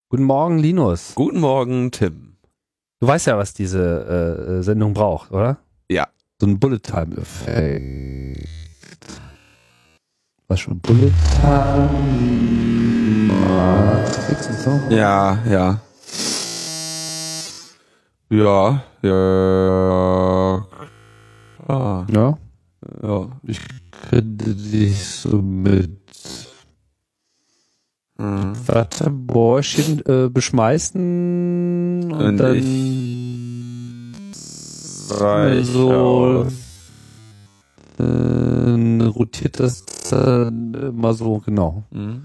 Guten Morgen, Linus. Guten Morgen, Tim. Du weißt ja, was diese Sendung braucht, oder? Ja. So ein Bullet-Time-Effekt. Was schon? Bullet-Time-Effekt und so? Ja. Ja. Ah, Ja. ja. Ich könnte dich so mit Wattebäuschen beschmeißen und dann so rotiert das mal so, genau. Mhm.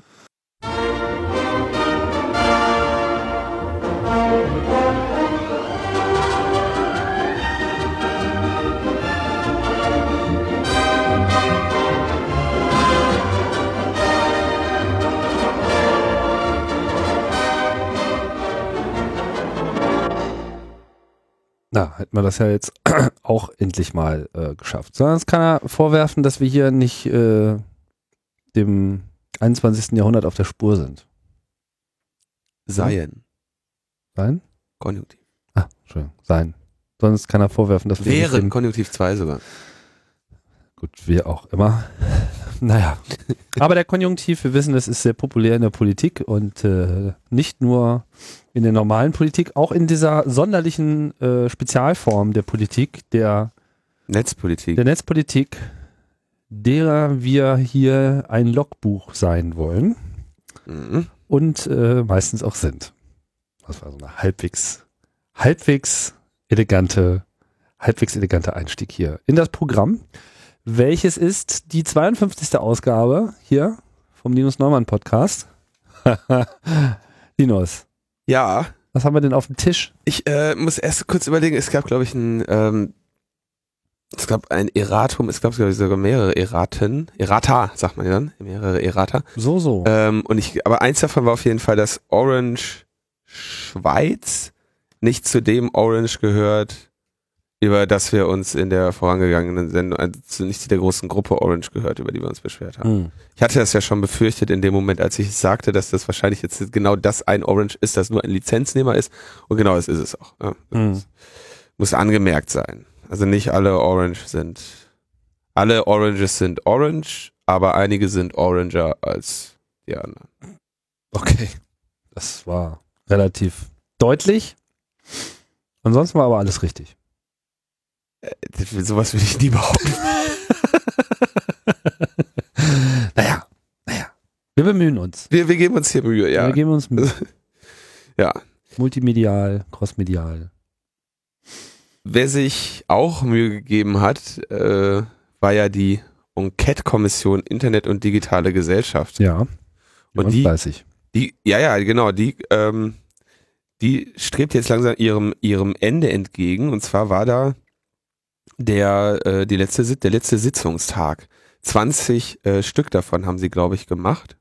Na, hätten wir das ja jetzt auch endlich mal geschafft. Sonst kann er vorwerfen, dass wir hier nicht dem 21. Jahrhundert auf der Spur sind. Seien. Sein? Konjunktiv. Ah, Entschuldigung, sein. Sonst kann er vorwerfen, dass wir nicht Wären. dem, Konjunktiv 2 sogar. gut, wie auch immer. Naja. Aber der Konjunktiv, wir wissen, es ist sehr populär in der Politik und nicht nur in der normalen Politik, auch in dieser sonderlichen Spezialform der Politik, der Netzpolitik. Netzpolitik, derer wir hier ein Logbuch sein wollen Mhm. und meistens auch sind. Das war so eine halbwegs elegante Einstieg hier in das Programm, welches ist die 52. Ausgabe hier vom Linus Neumann Podcast. Linus, Ja. was haben wir denn auf dem Tisch? Ich muss erst kurz überlegen, es gab, glaube ich, ein Erratum, es gab, glaube ich, sogar mehrere Errata, sagt man ja dann, mehrere Errata. So. Aber eins davon war auf jeden Fall, dass Orange Schweiz nicht zu dem Orange gehört, über das wir uns in der vorangegangenen Sendung, also nicht zu der großen Gruppe Orange gehört, über die wir uns beschwert haben. Ich hatte das ja schon befürchtet in dem Moment, als ich es sagte, dass das wahrscheinlich jetzt genau das ein Orange ist, das nur ein Lizenznehmer ist. Und genau das ist es auch. Ja, das muss angemerkt sein. Also nicht alle Oranges sind Orange, aber einige sind oranger als die anderen. Okay. Das war relativ deutlich. Ansonsten war aber alles richtig. Sowas würde ich nie behaupten. Naja. Wir bemühen uns. Wir geben uns hier Mühe, ja. Wir geben uns Mühe. Ja. Multimedial, crossmedial. Wer sich auch Mühe gegeben hat, war ja die Enquete-Kommission Internet und digitale Gesellschaft. Ja. Und die fleißig. Die strebt jetzt langsam ihrem Ende entgegen. Und zwar war da der letzte Sitzungstag. 20 Stück davon haben sie, glaube ich, gemacht.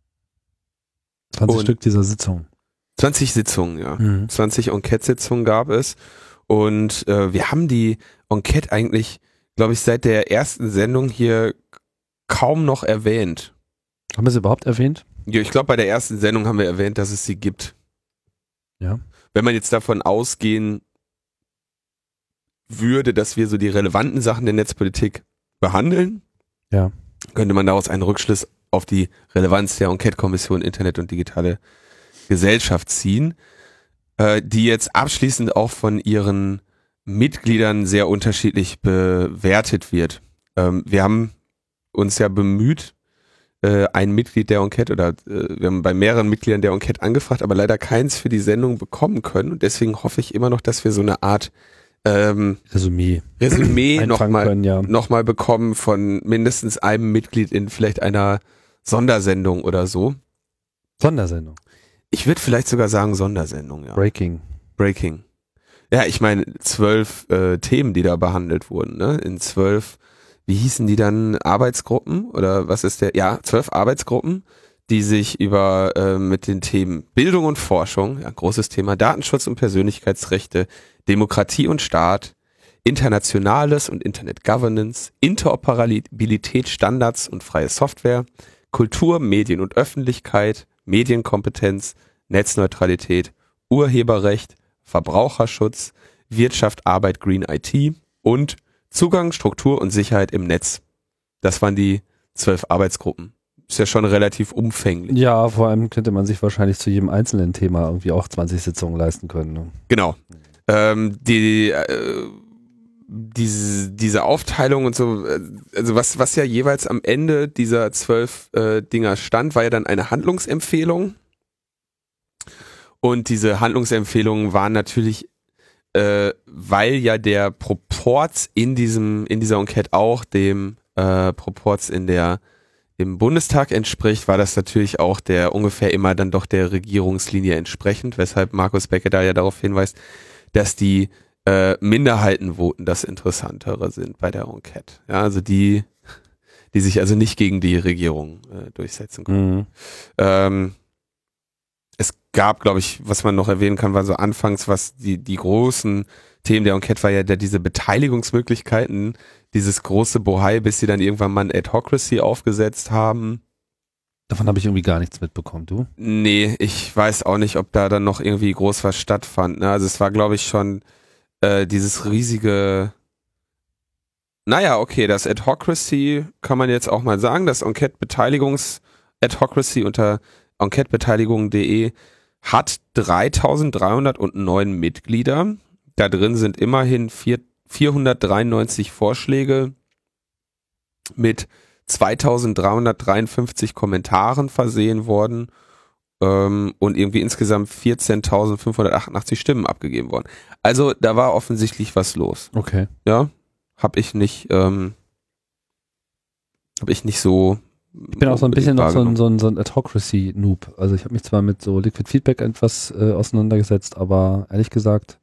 20 Stück dieser Sitzung. 20 Sitzungen, ja. 20 Enquete-Sitzungen gab es. Und wir haben die Enquete eigentlich, glaube ich, seit der ersten Sendung hier kaum noch erwähnt. Haben wir sie überhaupt erwähnt? Ja, ich glaube, bei der ersten Sendung haben wir erwähnt, dass es sie gibt. Ja. Wenn man jetzt davon ausgehen würde, dass wir so die relevanten Sachen der Netzpolitik behandeln, ja, könnte man daraus einen Rückschluss auf die Relevanz der Enquete-Kommission Internet und digitale Gesellschaft ziehen, die jetzt abschließend auch von ihren Mitgliedern sehr unterschiedlich bewertet wird. Wir haben uns ja bemüht, ein Mitglied der Enquete wir haben bei mehreren Mitgliedern der Enquete angefragt, aber leider keins für die Sendung bekommen können und deswegen hoffe ich immer noch, dass wir so eine Art Resümee nochmal bekommen von mindestens einem Mitglied in vielleicht einer Sondersendung oder so. Sondersendung. Ich würde vielleicht sogar sagen Sondersendung, ja. Breaking. Ja, ich meine 12 Themen, die da behandelt wurden, ne? In 12, wie hießen die dann, Arbeitsgruppen? Oder was ist 12 Arbeitsgruppen, die sich über mit den Themen Bildung und Forschung, ja, großes Thema, Datenschutz und Persönlichkeitsrechte, Demokratie und Staat, Internationales und Internet Governance, Interoperabilität, Standards und freie Software, Kultur, Medien und Öffentlichkeit, Medienkompetenz, Netzneutralität, Urheberrecht, Verbraucherschutz, Wirtschaft, Arbeit, Green IT und Zugang, Struktur und Sicherheit im Netz. Das waren die 12 Arbeitsgruppen. Ist ja schon relativ umfänglich. Ja, vor allem könnte man sich wahrscheinlich zu jedem einzelnen Thema irgendwie auch 20 Sitzungen leisten können. Ne? Genau. Diese Aufteilung und so, also was ja jeweils am Ende dieser 12 Dinger stand, war ja dann eine Handlungsempfehlung. Und diese Handlungsempfehlungen waren natürlich, weil ja der Proporz in dieser Enquete auch dem Proporz im Bundestag entspricht, war das natürlich auch der ungefähr immer dann doch der Regierungslinie entsprechend, weshalb Markus Becke da ja darauf hinweist, dass die Minderheitenvoten das Interessantere sind bei der Enquete. Ja, also die sich also nicht gegen die Regierung durchsetzen können. Es gab, glaube ich, was man noch erwähnen kann, war so anfangs, was die großen Themen der Enquete war ja diese Beteiligungsmöglichkeiten, dieses große Bohai, bis sie dann irgendwann mal ein Adhocracy aufgesetzt haben. Davon habe ich irgendwie gar nichts mitbekommen, du? Nee, ich weiß auch nicht, ob da dann noch irgendwie groß was stattfand. Ne? Also es war, glaube ich, schon dieses riesige, naja, okay, das Adhocracy kann man jetzt auch mal sagen, das Enquete-Beteiligungs-Adhocracy unter enquetebeteiligung.de hat 3.309 Mitglieder. Da drin sind immerhin 493 Vorschläge mit 2.353 Kommentaren versehen worden und irgendwie insgesamt 14.588 Stimmen abgegeben worden. Also da war offensichtlich was los. Okay. Ja, habe ich nicht so. Ich bin auch so ein bisschen noch so ein Adhocracy-Noob. Also ich habe mich zwar mit so Liquid Feedback etwas auseinandergesetzt, aber ehrlich gesagt,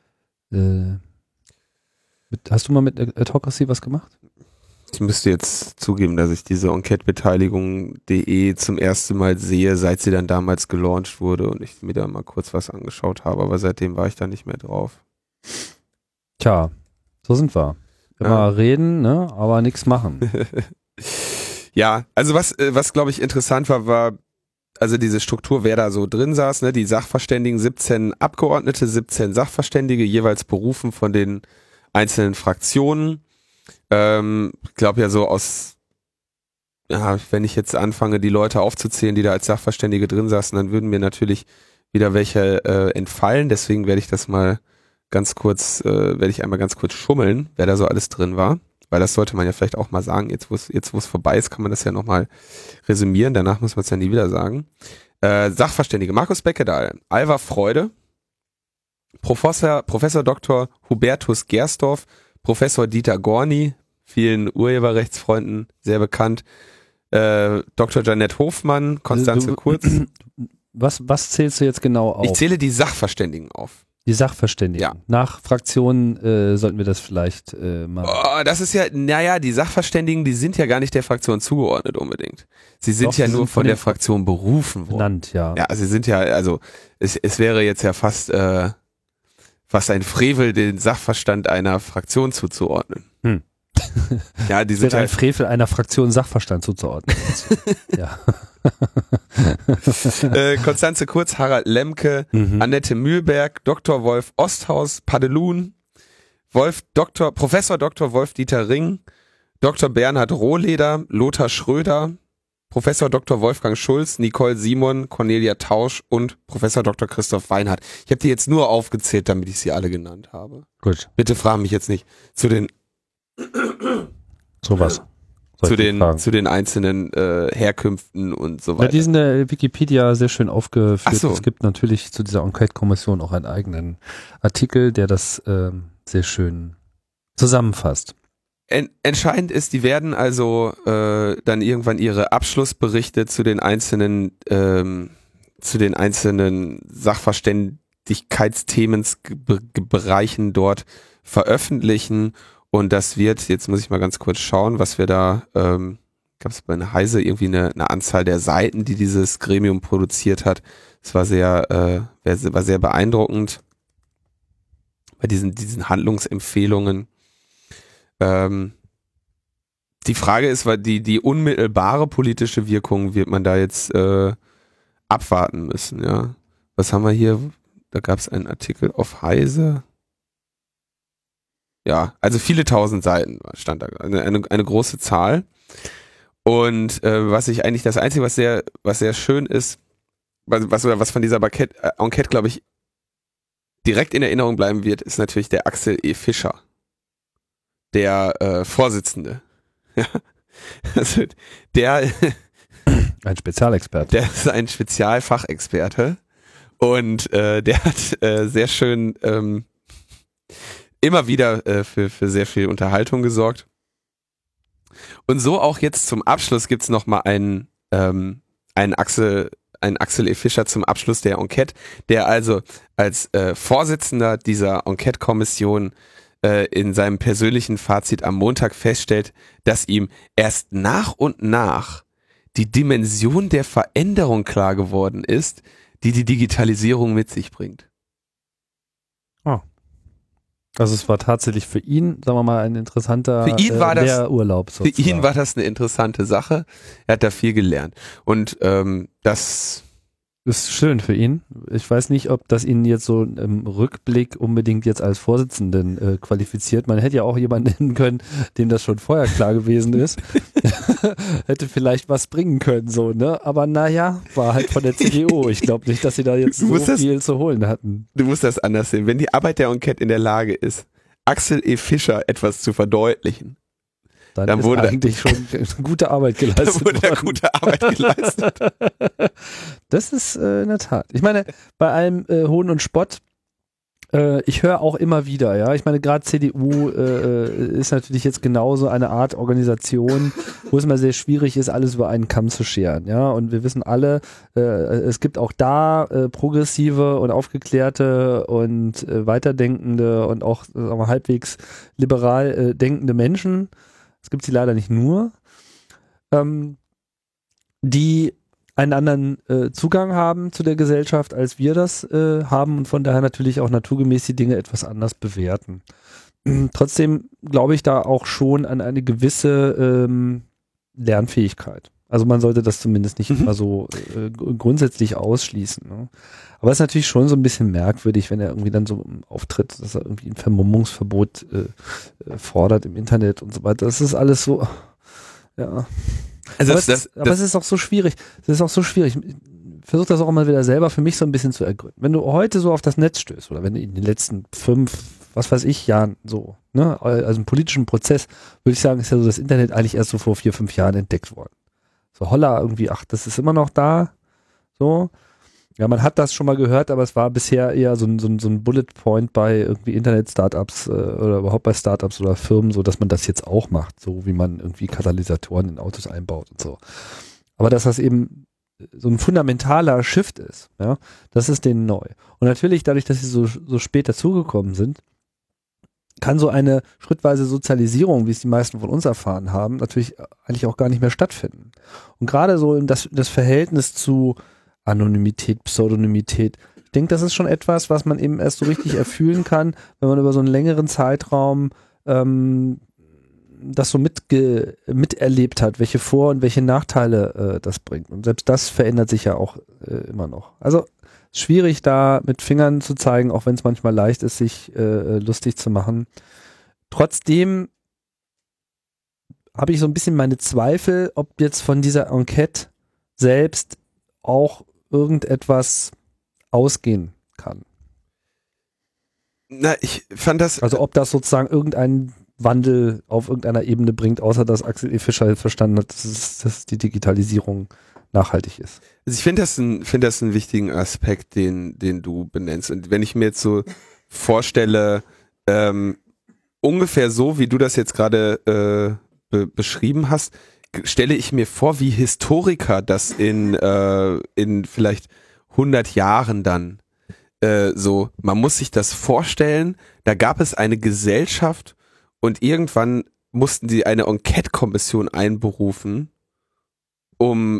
hast du mal mit Adhocracy was gemacht? Ich müsste jetzt zugeben, dass ich diese Enquetebeteiligung.de zum ersten Mal sehe, seit sie dann damals gelauncht wurde und ich mir da mal kurz was angeschaut habe, aber seitdem war ich da nicht mehr drauf. Tja, so sind wir. Immer reden, ne, aber nichts machen. Ja, also was glaube ich interessant war also diese Struktur, wer da so drin saß, ne, die Sachverständigen, 17 Abgeordnete, 17 Sachverständige, jeweils berufen von den einzelnen Fraktionen. Ich glaube ja so wenn ich jetzt anfange, die Leute aufzuzählen, die da als Sachverständige drin saßen, dann würden mir natürlich wieder welche entfallen. Deswegen werde ich das mal einmal ganz kurz schummeln, wer da so alles drin war. Weil das sollte man ja vielleicht auch mal sagen. Jetzt, wo es vorbei ist, kann man das ja nochmal resümieren. Danach muss man es ja nie wieder sagen. Sachverständige Markus Beckedahl, Alva Freude, Professor Dr. Hubertus Gersdorf, Professor Dieter Gorni, vielen Urheberrechtsfreunden sehr bekannt, Dr. Janette Hofmann, Konstanze Kurz. Was zählst du jetzt genau auf? Ich zähle die Sachverständigen auf. Die Sachverständigen. Ja. Nach Fraktionen sollten wir das vielleicht mal. Das ist ja, naja, die Sachverständigen, die sind ja gar nicht der Fraktion zugeordnet unbedingt. Sie sind ja nur von der Fraktion berufen worden. Benannt, ja. Ja, sie sind ja, also es wäre jetzt ja fast ein Frevel, den Sachverstand einer Fraktion zuzuordnen. Ja, die sind ein Frevel einer Fraktion Sachverstand zuzuordnen. Ja. Konstanze Kurz, Harald Lemke, Annette Mühlberg, Dr. Wolf Osthaus, Padelun, Professor Dr. Wolf Dieter Ring, Dr. Bernhard Rohleder, Lothar Schröder, Professor Dr. Wolfgang Schulz, Nicole Simon, Cornelia Tausch und Professor Dr. Christoph Weinhardt. Ich habe die jetzt nur aufgezählt, damit ich sie alle genannt habe. Gut. Bitte frag mich jetzt nicht zu den zu den einzelnen Herkünften und so weiter. Ja, die sind in der Wikipedia sehr schön aufgeführt. So. Es gibt natürlich zu dieser Enquete-Kommission auch einen eigenen Artikel, der das sehr schön zusammenfasst. Entscheidend ist, die werden also dann irgendwann ihre Abschlussberichte zu den einzelnen Sachverständigkeitsthemensbereichen dort veröffentlichen. Und das wird, jetzt muss ich mal ganz kurz schauen, was wir da, gab es bei einer Heise irgendwie eine Anzahl der Seiten, die dieses Gremium produziert hat. Es war sehr beeindruckend bei diesen Handlungsempfehlungen. Die Frage ist, weil die unmittelbare politische Wirkung wird man da jetzt abwarten müssen, ja. was haben wir hier? Da gab es einen Artikel auf Heise. Ja, also viele tausend Seiten stand da, eine große Zahl. Und was ich eigentlich, das Einzige, was sehr schön ist, was von dieser Enquete, glaube ich, direkt in Erinnerung bleiben wird, ist natürlich der Axel E. Fischer, der Vorsitzende. Ja, also der ein Spezialexperte. Der ist ein Spezialfachexperte und der hat sehr schön immer wieder für sehr viel Unterhaltung gesorgt. Und so auch jetzt zum Abschluss gibt's noch mal einen Axel E. Fischer zum Abschluss der Enquete, der also als Vorsitzender dieser Enquete-Kommission in seinem persönlichen Fazit am Montag feststellt, dass ihm erst nach und nach die Dimension der Veränderung klar geworden ist, die die Digitalisierung mit sich bringt. Oh. Also es war tatsächlich für ihn, sagen wir mal, ein interessanter Lehrurlaub. Für ihn war das eine interessante Sache. Er hat da viel gelernt. Und das ist schön für ihn. Ich weiß nicht, ob das ihn jetzt so im Rückblick unbedingt jetzt als Vorsitzenden qualifiziert. Man hätte ja auch jemanden nennen können, dem das schon vorher klar gewesen ist. Hätte vielleicht was bringen können, so, ne? Aber naja, war halt von der CDU. Ich glaube nicht, dass sie da jetzt so viel zu holen hatten. Du musst das anders sehen. Wenn die Arbeit der Enquete in der Lage ist, Axel E. Fischer etwas zu verdeutlichen, dann wurde eigentlich schon gute Arbeit geleistet. Dann wurde da gute Arbeit geleistet. Das ist in der Tat. Ich meine, bei allem Hohn und Spott, ich höre auch immer wieder, ja, ich meine, gerade CDU ist natürlich jetzt genauso eine Art Organisation, wo es immer sehr schwierig ist, alles über einen Kamm zu scheren, ja, und wir wissen alle, es gibt auch da progressive und aufgeklärte und weiterdenkende und auch sagen wir, halbwegs liberal denkende Menschen. Es gibt sie leider nicht nur, die einen anderen Zugang haben zu der Gesellschaft, als wir das haben und von daher natürlich auch naturgemäß die Dinge etwas anders bewerten. Trotzdem glaube ich da auch schon an eine gewisse Lernfähigkeit. Also man sollte das zumindest nicht immer so grundsätzlich ausschließen. Ne? Aber es ist natürlich schon so ein bisschen merkwürdig, wenn er irgendwie dann so auftritt, dass er irgendwie ein Vermummungsverbot fordert im Internet und so weiter. Das ist alles so, ja. Also aber es ist auch so schwierig. Es ist auch so schwierig. Ich versuche das auch immer wieder selber für mich so ein bisschen zu ergründen. Wenn du heute so auf das Netz stößt oder wenn du in den letzten 5, was weiß ich, Jahren so, ne, also im politischen Prozess, würde ich sagen, ist ja so das Internet eigentlich erst so vor 4, 5 Jahren entdeckt worden. So holla irgendwie, ach, das ist immer noch da, so. Ja, man hat das schon mal gehört, aber es war bisher eher so ein Bullet Point bei irgendwie Internet-Startups oder überhaupt bei Startups oder Firmen, so dass man das jetzt auch macht, so wie man irgendwie Katalysatoren in Autos einbaut und so. Aber dass das eben so ein fundamentaler Shift ist, ja, das ist denen neu. Und natürlich, dadurch, dass sie so spät dazugekommen sind, kann so eine schrittweise Sozialisierung, wie es die meisten von uns erfahren haben, natürlich eigentlich auch gar nicht mehr stattfinden. Und gerade so das Verhältnis zu Anonymität, Pseudonymität. Ich denke, das ist schon etwas, was man eben erst so richtig erfühlen kann, wenn man über so einen längeren Zeitraum das so miterlebt hat, welche Vor- und welche Nachteile das bringt. Und selbst das verändert sich ja auch immer noch. Also schwierig da mit Fingern zu zeigen, auch wenn es manchmal leicht ist, sich lustig zu machen. Trotzdem habe ich so ein bisschen meine Zweifel, ob jetzt von dieser Enquete selbst auch irgendetwas ausgehen kann. Na, ich fand das... Also ob das sozusagen irgendeinen Wandel auf irgendeiner Ebene bringt, außer dass Axel E. Fischer verstanden hat, dass die Digitalisierung nachhaltig ist. Also ich finde das einen wichtigen Aspekt, den du benennst. Und wenn ich mir jetzt so vorstelle, ungefähr so, wie du das jetzt gerade beschrieben hast, stelle ich mir vor, wie Historiker das in vielleicht 100 Jahren dann so, man muss sich das vorstellen, da gab es eine Gesellschaft und irgendwann mussten sie eine Enquete-Kommission einberufen, um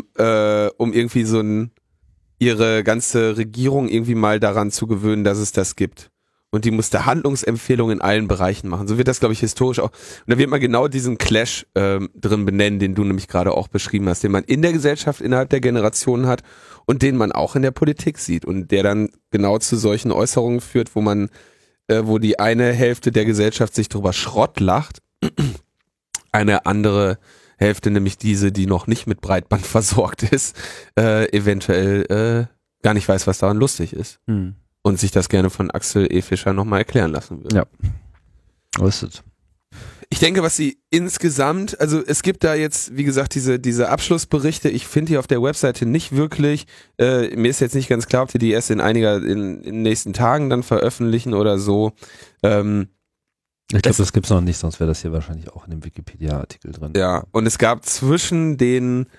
irgendwie ihre ganze Regierung irgendwie mal daran zu gewöhnen, dass es das gibt. und die musste Handlungsempfehlungen in allen Bereichen machen. So wird das, glaube ich, historisch auch. Und da wird man genau diesen Clash drin benennen, den du nämlich gerade auch beschrieben hast, den man in der Gesellschaft innerhalb der Generationen hat und den man auch in der Politik sieht und der dann genau zu solchen Äußerungen führt, wo die eine Hälfte der Gesellschaft sich drüber Schrott lacht, eine andere Hälfte, nämlich diese, die noch nicht mit Breitband versorgt ist, eventuell gar nicht weiß, was daran lustig ist. Und sich das gerne von Axel E. Fischer nochmal erklären lassen würde. Ja. Was ist das? Ich denke, was sie insgesamt, also es gibt da jetzt, wie gesagt, diese Abschlussberichte, ich finde die auf der Webseite nicht wirklich, mir ist jetzt nicht ganz klar, ob die erst in den nächsten Tagen dann veröffentlichen oder so. Ich glaube, das gibt's noch nicht, sonst wäre das hier wahrscheinlich auch in dem Wikipedia-Artikel drin. Ja, und es gab zwischen den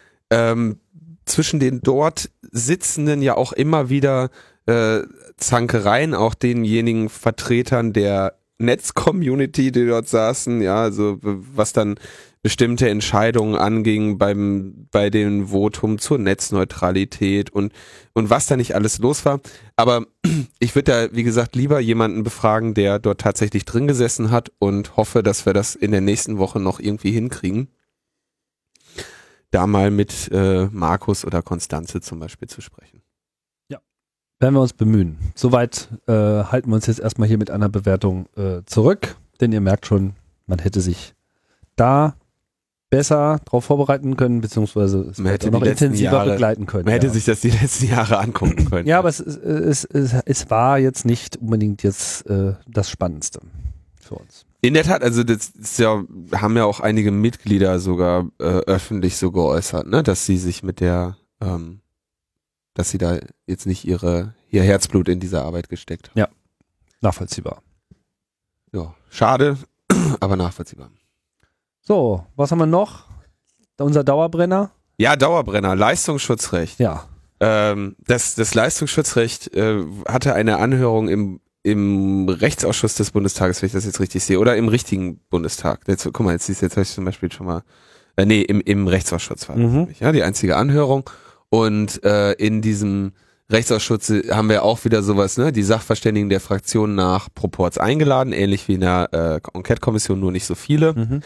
dort Sitzenden ja auch immer wieder Zankereien, auch denjenigen Vertretern der Netz-Community, die dort saßen, ja, also was dann bestimmte Entscheidungen anging bei dem Votum zur Netzneutralität und was da nicht alles los war. Aber ich würde da, wie gesagt, lieber jemanden befragen, der dort tatsächlich drin gesessen hat und hoffe, dass wir das in der nächsten Woche noch irgendwie hinkriegen, da mal mit Markus oder Konstanze zum Beispiel zu sprechen. Werden wir uns bemühen. Soweit halten wir uns jetzt erstmal hier mit einer Bewertung zurück, denn ihr merkt schon, man hätte sich da besser darauf vorbereiten können, beziehungsweise es hätte noch intensiver begleiten können. Man hätte sich das die letzten Jahre angucken können. Ja, aber es war jetzt nicht unbedingt jetzt das Spannendste für uns. In der Tat, also das ist ja, haben ja auch einige Mitglieder sogar öffentlich so geäußert, ne, dass sie sich mit der dass sie da jetzt nicht ihr Herzblut in diese Arbeit gesteckt haben. Ja, nachvollziehbar. Ja, schade, aber nachvollziehbar. So, was haben wir noch? Unser Dauerbrenner? Ja, Dauerbrenner, Leistungsschutzrecht. Ja. Das Leistungsschutzrecht hatte eine Anhörung im Rechtsausschuss des Bundestages, wenn ich das jetzt richtig sehe, oder im richtigen Bundestag. Jetzt, guck mal, jetzt habe ich zum Beispiel schon mal, im Rechtsausschuss war das nämlich, ja, die einzige Anhörung. Und in diesem Rechtsausschuss haben wir auch wieder sowas, ne, die Sachverständigen der Fraktionen nach Proporz eingeladen, ähnlich wie in der Enquete-Kommission, nur nicht so viele.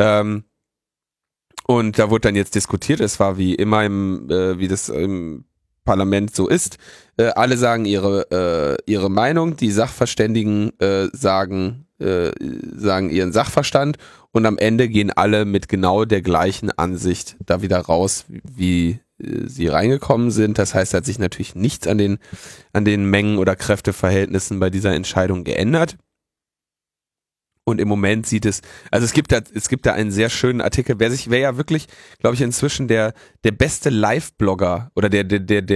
Und da wurde dann jetzt diskutiert, es war wie immer wie das im Parlament so ist, alle sagen ihre Meinung, die Sachverständigen sagen ihren Sachverstand und am Ende gehen alle mit genau der gleichen Ansicht da wieder raus, wie sie reingekommen sind. Das heißt, hat sich natürlich nichts an den Mengen- oder Kräfteverhältnissen bei dieser Entscheidung geändert. Und im Moment sieht es gibt da einen sehr schönen Artikel. Wer ja wirklich, glaube ich, inzwischen der beste Live-Blogger oder der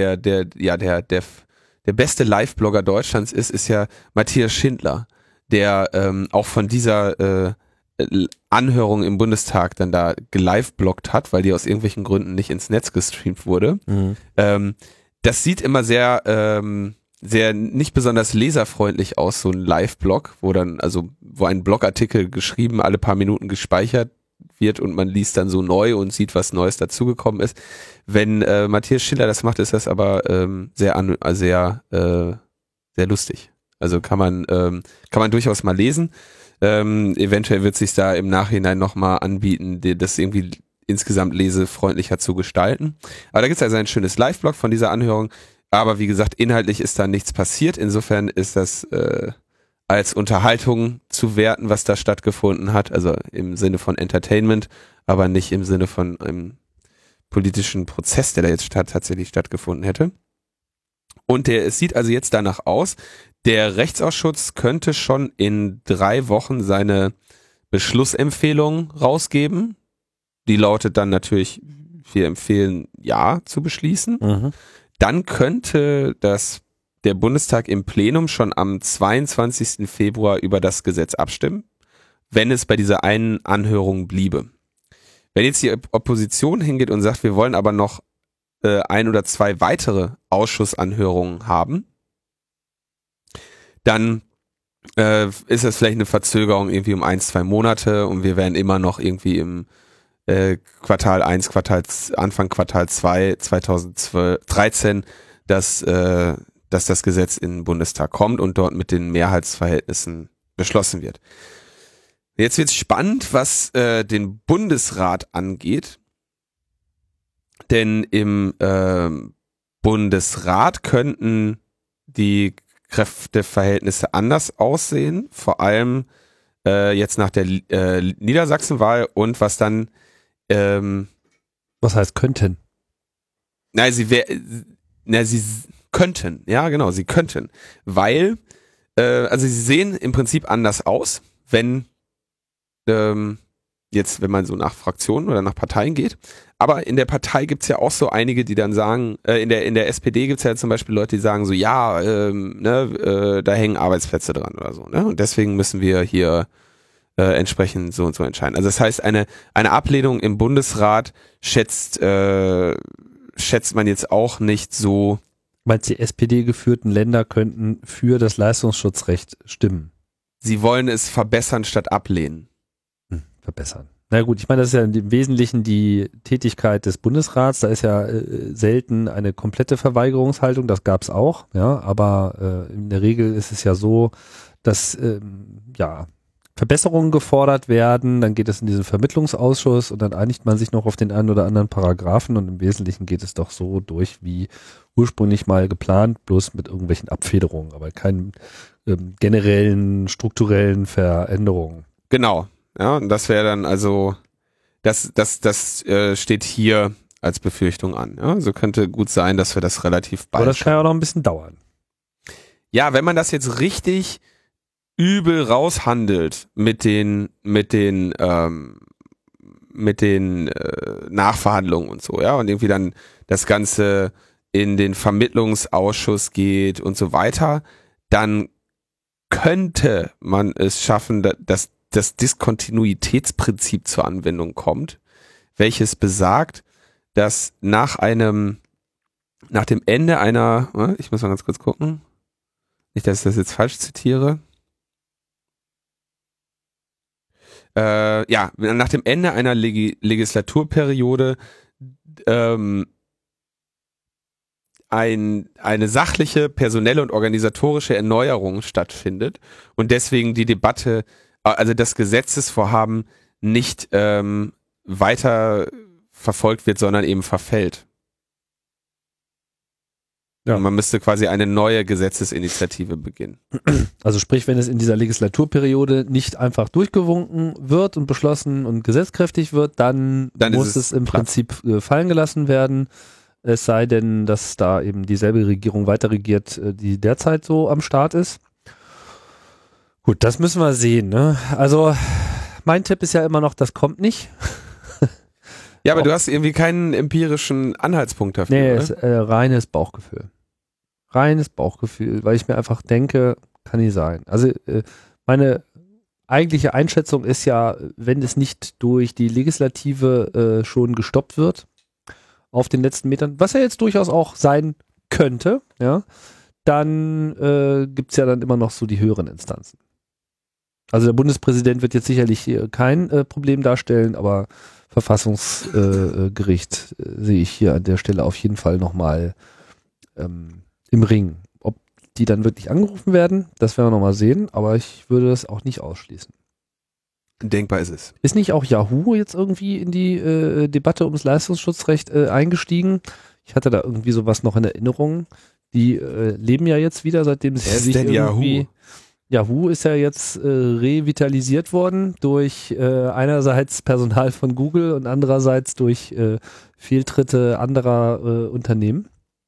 beste Live-Blogger Deutschlands ist ja Matthias Schindler, der auch von dieser Anhörung im Bundestag dann da geliveblogt hat, weil die aus irgendwelchen Gründen nicht ins Netz gestreamt wurde. Das sieht immer sehr nicht besonders leserfreundlich aus, so ein Live-Blog, wo ein Blogartikel geschrieben, alle paar Minuten gespeichert wird und man liest dann so neu und sieht, was Neues dazugekommen ist. Wenn Matthias Schindler das macht, ist das aber sehr lustig. Also kann man durchaus mal lesen. Eventuell wird sich da im Nachhinein nochmal anbieten, das irgendwie insgesamt lesefreundlicher zu gestalten. Aber da gibt es also ein schönes Live-Blog von dieser Anhörung. Aber wie gesagt, inhaltlich ist da nichts passiert. Insofern ist das als Unterhaltung zu werten, was da stattgefunden hat. Also im Sinne von Entertainment, aber nicht im Sinne von einem politischen Prozess, der da jetzt tatsächlich stattgefunden hätte. Und es sieht also jetzt danach aus, der Rechtsausschuss könnte schon in 3 Wochen seine Beschlussempfehlung rausgeben. Die lautet dann natürlich, wir empfehlen Ja zu beschließen. Dann könnte der Bundestag im Plenum schon am 22. Februar über das Gesetz abstimmen, wenn es bei dieser einen Anhörung bliebe. Wenn jetzt die Opposition hingeht und sagt, wir wollen aber noch 1 oder 2 weitere Ausschussanhörungen haben, dann ist das vielleicht eine Verzögerung irgendwie um 1-2 Monate und wir werden immer noch irgendwie im Quartal 1, Anfang Quartal 2 2013 dass das Gesetz in den Bundestag kommt und dort mit den Mehrheitsverhältnissen beschlossen wird. Jetzt wird es spannend, was den Bundesrat angeht, denn im Bundesrat könnten die Kräfteverhältnisse anders aussehen, vor allem jetzt nach der Niedersachsenwahl und was dann was heißt könnten? Sie könnten, ja genau, sie könnten, weil also sie sehen im Prinzip anders aus, wenn jetzt, wenn man so nach Fraktionen oder nach Parteien geht. Aber in der Partei gibt's ja auch so einige, die dann sagen, in der SPD gibt's ja zum Beispiel Leute, die sagen so, ja, da hängen Arbeitsplätze dran oder so, ne? Und deswegen müssen wir hier entsprechend so und so entscheiden. Also das heißt, eine Ablehnung im Bundesrat schätzt man jetzt auch nicht so. Meinst du, die SPD-geführten Länder könnten für das Leistungsschutzrecht stimmen? Sie wollen es verbessern statt ablehnen. Verbessern. Na gut, ich meine, das ist ja im Wesentlichen die Tätigkeit des Bundesrats. Da ist ja selten eine komplette Verweigerungshaltung, das gab es auch, ja, aber in der Regel ist es ja so, dass Verbesserungen gefordert werden, dann geht es in diesen Vermittlungsausschuss und dann einigt man sich noch auf den einen oder anderen Paragraphen und im Wesentlichen geht es doch so durch wie ursprünglich mal geplant, bloß mit irgendwelchen Abfederungen, aber keinen generellen, strukturellen Veränderungen. Genau, ja, und das wäre dann also, das steht hier als Befürchtung an. Ja? Also könnte gut sein, dass wir das relativ bald. Aber das kann ja auch noch ein bisschen dauern. Ja, wenn man das jetzt richtig übel raushandelt mit den Nachverhandlungen und so, ja, und irgendwie dann das Ganze in den Vermittlungsausschuss geht und so weiter, dann könnte man es schaffen, dass das Diskontinuitätsprinzip zur Anwendung kommt, welches besagt, dass nach dem Ende einer, ich muss mal ganz kurz gucken, nicht, dass ich das jetzt falsch zitiere, nach dem Ende einer Legislaturperiode eine sachliche, personelle und organisatorische Erneuerung stattfindet und deswegen die Debatte, also das Gesetzesvorhaben nicht weiter verfolgt wird, sondern eben verfällt. Ja. Und man müsste quasi eine neue Gesetzesinitiative beginnen. Also sprich, wenn es in dieser Legislaturperiode nicht einfach durchgewunken wird und beschlossen und gesetzkräftig wird, dann muss es im Prinzip fallen gelassen werden. Es sei denn, dass da eben dieselbe Regierung weiter regiert, die derzeit so am Start ist. Gut, das müssen wir sehen, ne? Also mein Tipp ist ja immer noch, das kommt nicht. Ja, aber du hast irgendwie keinen empirischen Anhaltspunkt dafür, nee, oder? Es ist reines Bauchgefühl. Reines Bauchgefühl, weil ich mir einfach denke, kann nicht sein. Also meine eigentliche Einschätzung ist ja, wenn es nicht durch die Legislative schon gestoppt wird, auf den letzten Metern, was ja jetzt durchaus auch sein könnte, ja, dann gibt es ja dann immer noch so die höheren Instanzen. Also der Bundespräsident wird jetzt sicherlich kein Problem darstellen, aber Verfassungsgericht sehe ich hier an der Stelle auf jeden Fall nochmal im Ring. Ob die dann wirklich angerufen werden, das werden wir nochmal sehen, aber ich würde das auch nicht ausschließen. Denkbar ist es. Ist nicht auch Yahoo jetzt irgendwie in die Debatte ums Leistungsschutzrecht eingestiegen? Ich hatte da irgendwie sowas noch in Erinnerung. Die leben ja jetzt wieder, seitdem sie sich irgendwie... Yahoo ist ja jetzt revitalisiert worden durch einerseits Personal von Google und andererseits durch Fehltritte anderer Unternehmen.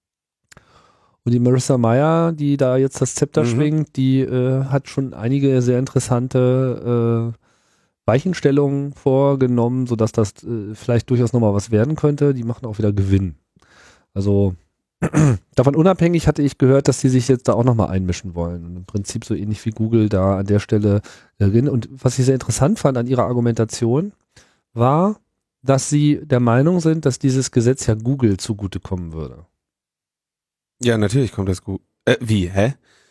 Und die Marissa Mayer, die da jetzt das Zepter schwingt, die hat schon einige sehr interessante Weichenstellungen vorgenommen, sodass das vielleicht durchaus nochmal was werden könnte. Die machen auch wieder Gewinn. Also davon unabhängig hatte ich gehört, dass sie sich jetzt da auch nochmal einmischen wollen. Und im Prinzip so ähnlich wie Google da an der Stelle drin. Und was ich sehr interessant fand an ihrer Argumentation, war, dass sie der Meinung sind, dass dieses Gesetz ja Google zugutekommen würde. Ja, natürlich kommt das gut. Wie? Hä?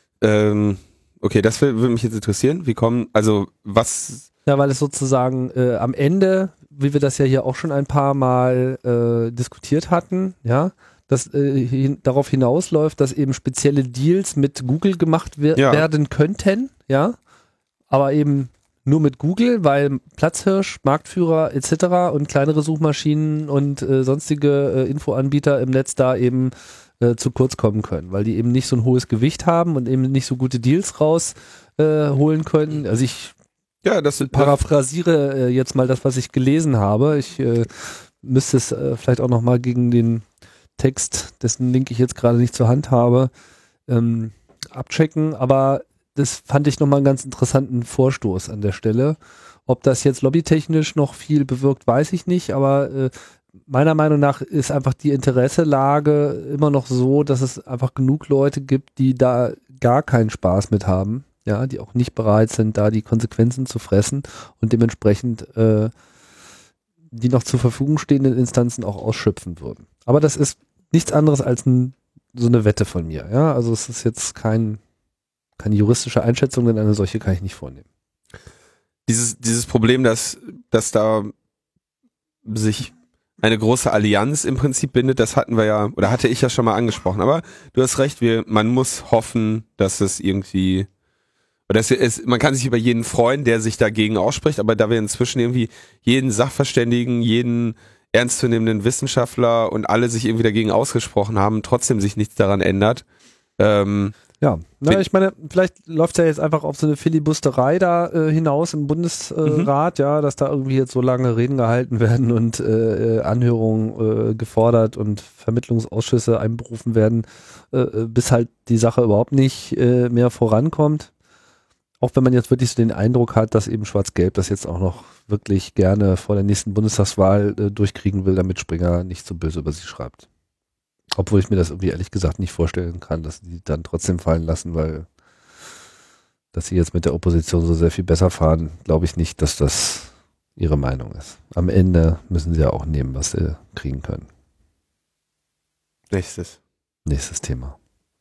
Okay, das würde mich jetzt interessieren. Wie kommen, also was... Ja, weil es sozusagen am Ende, wie wir das ja hier auch schon ein paar Mal diskutiert hatten, ja, das darauf hinausläuft, dass eben spezielle Deals mit Google gemacht werden könnten, ja, aber eben nur mit Google, weil Platzhirsch, Marktführer etc. und kleinere Suchmaschinen und sonstige Infoanbieter im Netz da eben zu kurz kommen können, weil die eben nicht so ein hohes Gewicht haben und eben nicht so gute Deals rausholen können. Also ich paraphrasiere jetzt mal das, was ich gelesen habe. Ich müsste es vielleicht auch nochmal gegen den Text, dessen Link ich jetzt gerade nicht zur Hand habe, abchecken, aber das fand ich nochmal einen ganz interessanten Vorstoß an der Stelle. Ob das jetzt lobbytechnisch noch viel bewirkt, weiß ich nicht, aber meiner Meinung nach ist einfach die Interesselage immer noch so, dass es einfach genug Leute gibt, die da gar keinen Spaß mit haben, ja, die auch nicht bereit sind, da die Konsequenzen zu fressen und dementsprechend die noch zur Verfügung stehenden Instanzen auch ausschöpfen würden. Aber das ist nichts anderes als so eine Wette von mir, ja, also es ist jetzt keine juristische Einschätzung, denn eine solche kann ich nicht vornehmen. Dieses Problem, dass da sich eine große Allianz im Prinzip bindet, das hatten wir ja, oder hatte ich ja schon mal angesprochen, aber du hast recht, man muss hoffen, dass es irgendwie, oder man kann sich über jeden freuen, der sich dagegen ausspricht, aber da wir inzwischen irgendwie jeden Sachverständigen, jeden ernstzunehmenden Wissenschaftler und alle sich irgendwie dagegen ausgesprochen haben, trotzdem sich nichts daran ändert. Ja, ich meine, vielleicht läuft es ja jetzt einfach auf so eine Filibusterei da hinaus im Bundesrat, ja, dass da irgendwie jetzt so lange Reden gehalten werden und Anhörungen gefordert und Vermittlungsausschüsse einberufen werden, bis halt die Sache überhaupt nicht mehr vorankommt. Auch wenn man jetzt wirklich so den Eindruck hat, dass eben Schwarz-Gelb das jetzt auch noch wirklich gerne vor der nächsten Bundestagswahl durchkriegen will, damit Springer nicht so böse über sie schreibt. Obwohl ich mir das irgendwie ehrlich gesagt nicht vorstellen kann, dass die dann trotzdem fallen lassen, weil dass sie jetzt mit der Opposition so sehr viel besser fahren, glaube ich nicht, dass das ihre Meinung ist. Am Ende müssen sie ja auch nehmen, was sie kriegen können. Nächstes Thema.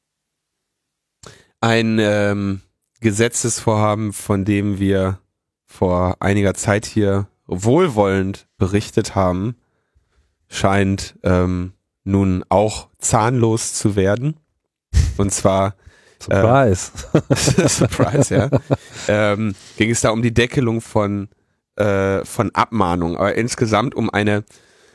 Ein Gesetzesvorhaben, von dem wir vor einiger Zeit hier wohlwollend berichtet haben, scheint nun auch zahnlos zu werden. Und zwar Surprise. Surprise, ja. Ging es da um die Deckelung von Abmahnungen, aber insgesamt um eine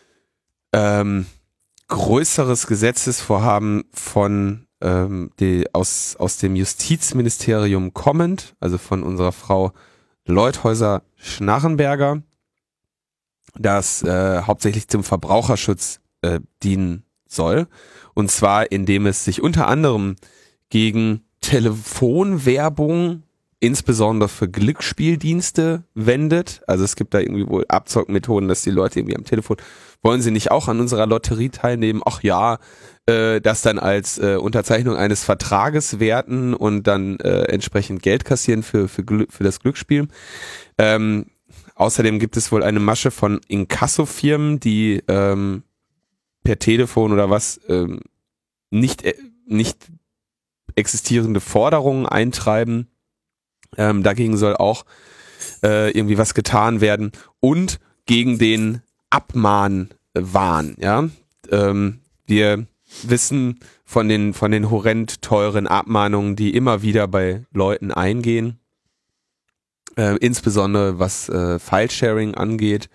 größeres Gesetzesvorhaben von aus dem Justizministerium kommend, also von unserer Frau Leuthäuser-Schnarrenberger, das hauptsächlich zum Verbraucherschutz dienen soll. Und zwar, indem es sich unter anderem gegen Telefonwerbung, insbesondere für Glücksspieldienste, wendet. Also es gibt da irgendwie wohl Abzockmethoden, dass die Leute irgendwie am Telefon, wollen sie nicht auch an unserer Lotterie teilnehmen? Ach ja, das dann als Unterzeichnung eines Vertrages werten und dann entsprechend Geld kassieren für das Glücksspiel. Außerdem gibt es wohl eine Masche von Inkassofirmen, die per Telefon oder was nicht existierende Forderungen eintreiben. Dagegen soll auch irgendwie was getan werden und gegen den Abmahnwahn. Ja, wir wissen von den horrend teuren Abmahnungen, die immer wieder bei Leuten eingehen, insbesondere was File-Sharing angeht.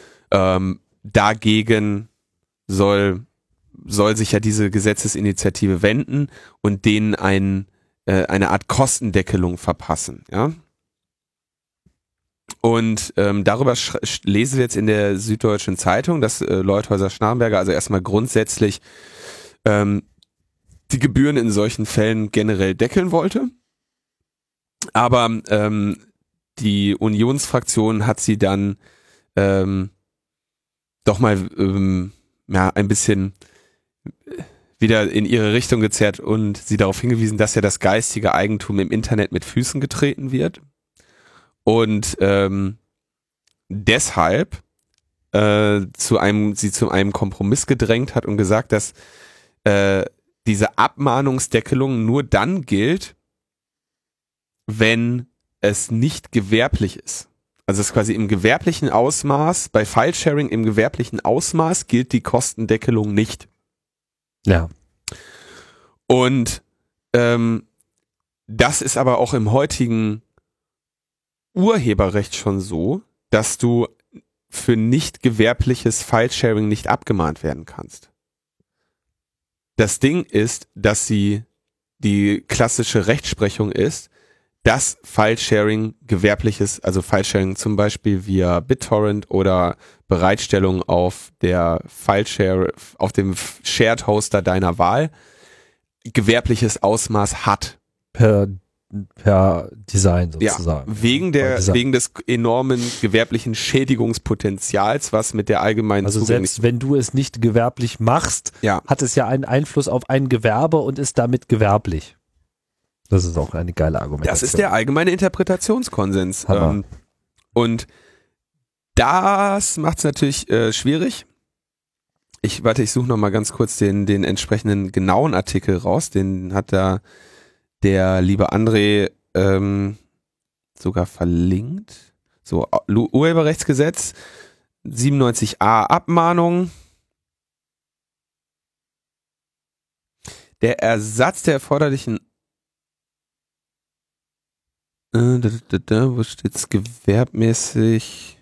Dagegen soll sich ja diese Gesetzesinitiative wenden und denen eine Art Kostendeckelung verpassen, ja. Und darüber lesen wir jetzt in der Süddeutschen Zeitung, dass Leuthäuser-Schnarrenberger also erstmal grundsätzlich die Gebühren in solchen Fällen generell deckeln wollte. Aber die Unionsfraktion hat sie dann doch mal ein bisschen wieder in ihre Richtung gezerrt und sie darauf hingewiesen, dass ja das geistige Eigentum im Internet mit Füßen getreten wird und deshalb sie zu einem Kompromiss gedrängt hat und gesagt, dass diese Abmahnungsdeckelung nur dann gilt, wenn es nicht gewerblich ist. Also es ist quasi im gewerblichen Ausmaß, bei File-Sharing im gewerblichen Ausmaß gilt die Kostendeckelung nicht. Ja. Und das ist aber auch im heutigen Urheberrecht schon so, dass du für nicht gewerbliches Filesharing nicht abgemahnt werden kannst. Das Ding ist, dass die klassische Rechtsprechung ist, dass Filesharing gewerbliches, also Filesharing zum Beispiel via BitTorrent oder Bereitstellung auf dem Shared Hoster deiner Wahl gewerbliches Ausmaß hat. Per Design sozusagen. Ja, wegen des enormen gewerblichen Schädigungspotenzials, was mit der allgemeinen Also selbst wenn du es nicht gewerblich machst, hat es ja einen Einfluss auf ein Gewerbe und ist damit gewerblich. Das ist auch eine geile Argumentation. Das ist der allgemeine Interpretationskonsens. Und das macht es natürlich schwierig. Ich suche noch mal ganz kurz den entsprechenden genauen Artikel raus. Den hat da der liebe André sogar verlinkt. So, Urheberrechtsgesetz, 97a Abmahnung. Der Ersatz der erforderlichen wo steht's gewerbmäßig?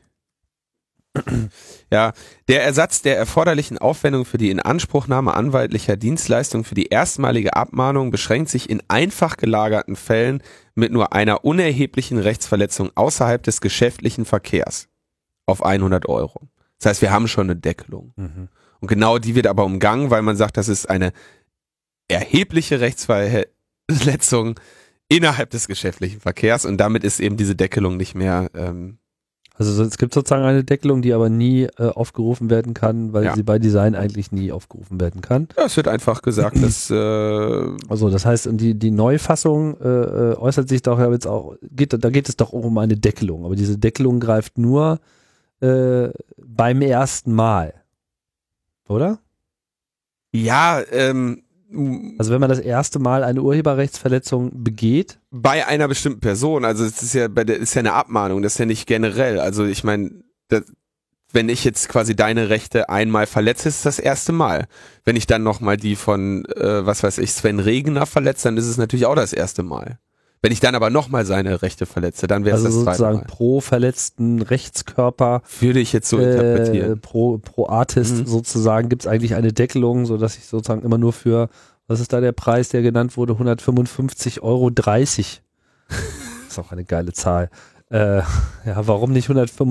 Ja, der Ersatz der erforderlichen Aufwendung für die Inanspruchnahme anwaltlicher Dienstleistungen für die erstmalige Abmahnung beschränkt sich in einfach gelagerten Fällen mit nur einer unerheblichen Rechtsverletzung außerhalb des geschäftlichen Verkehrs auf 100 €. Das heißt, wir haben schon eine Deckelung. Mhm. Und genau die wird aber umgangen, weil man sagt, das ist eine erhebliche Rechtsverletzung innerhalb des geschäftlichen Verkehrs und damit ist eben diese Deckelung nicht mehr also es gibt sozusagen eine Deckelung, die aber nie aufgerufen werden kann, weil sie bei Design eigentlich nie aufgerufen werden kann. Ja, es wird einfach gesagt, dass also das heißt, die Neufassung äußert sich doch ja jetzt auch, da geht es doch auch um eine Deckelung, aber diese Deckelung greift nur beim ersten Mal, oder? Ja, also wenn man das erste Mal eine Urheberrechtsverletzung begeht? Bei einer bestimmten Person, also es ist ja eine Abmahnung, das ist ja nicht generell. Also ich meine, wenn ich jetzt quasi deine Rechte einmal verletze, ist das erste Mal. Wenn ich dann nochmal die von, Sven Regner verletze, dann ist es natürlich auch das erste Mal. Wenn ich dann aber nochmal seine Rechte verletze, dann wäre es das zweite Mal. Also sozusagen pro verletzten Rechtskörper würde ich jetzt so interpretieren. Pro Artist sozusagen gibt es eigentlich eine Deckelung, sodass ich sozusagen immer nur für, was ist da der Preis, der genannt wurde, 155,30 €. Das ist auch eine geile Zahl. Warum nicht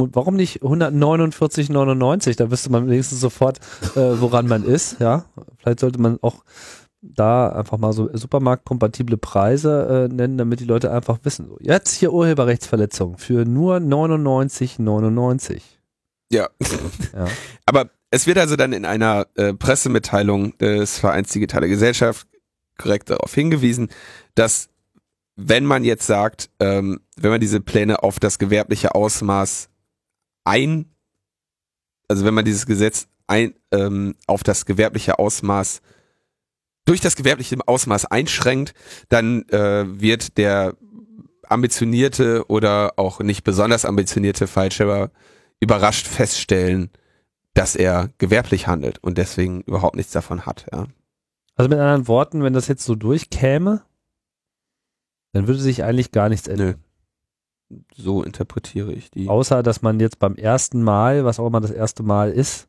149,99? Da wüsste man wenigstens sofort, woran man ist. Ja, vielleicht sollte man auch da einfach mal so supermarktkompatible Preise nennen, damit die Leute einfach wissen. So, jetzt hier Urheberrechtsverletzung für nur 99,99. Ja. Aber es wird also dann in einer Pressemitteilung des Vereins Digitale Gesellschaft korrekt darauf hingewiesen, dass wenn man jetzt sagt, wenn man diese Pläne auf das gewerbliche Ausmaß wenn man dieses Gesetz auf das gewerbliche Ausmaß durch das gewerbliche Ausmaß einschränkt, dann wird der ambitionierte oder auch nicht besonders ambitionierte Filesharer überrascht feststellen, dass er gewerblich handelt und deswegen überhaupt nichts davon hat. Ja. Also mit anderen Worten, wenn das jetzt so durchkäme, dann würde sich eigentlich gar nichts ändern. Nö. So interpretiere ich die. Außer, dass man jetzt beim ersten Mal, was auch immer das erste Mal ist,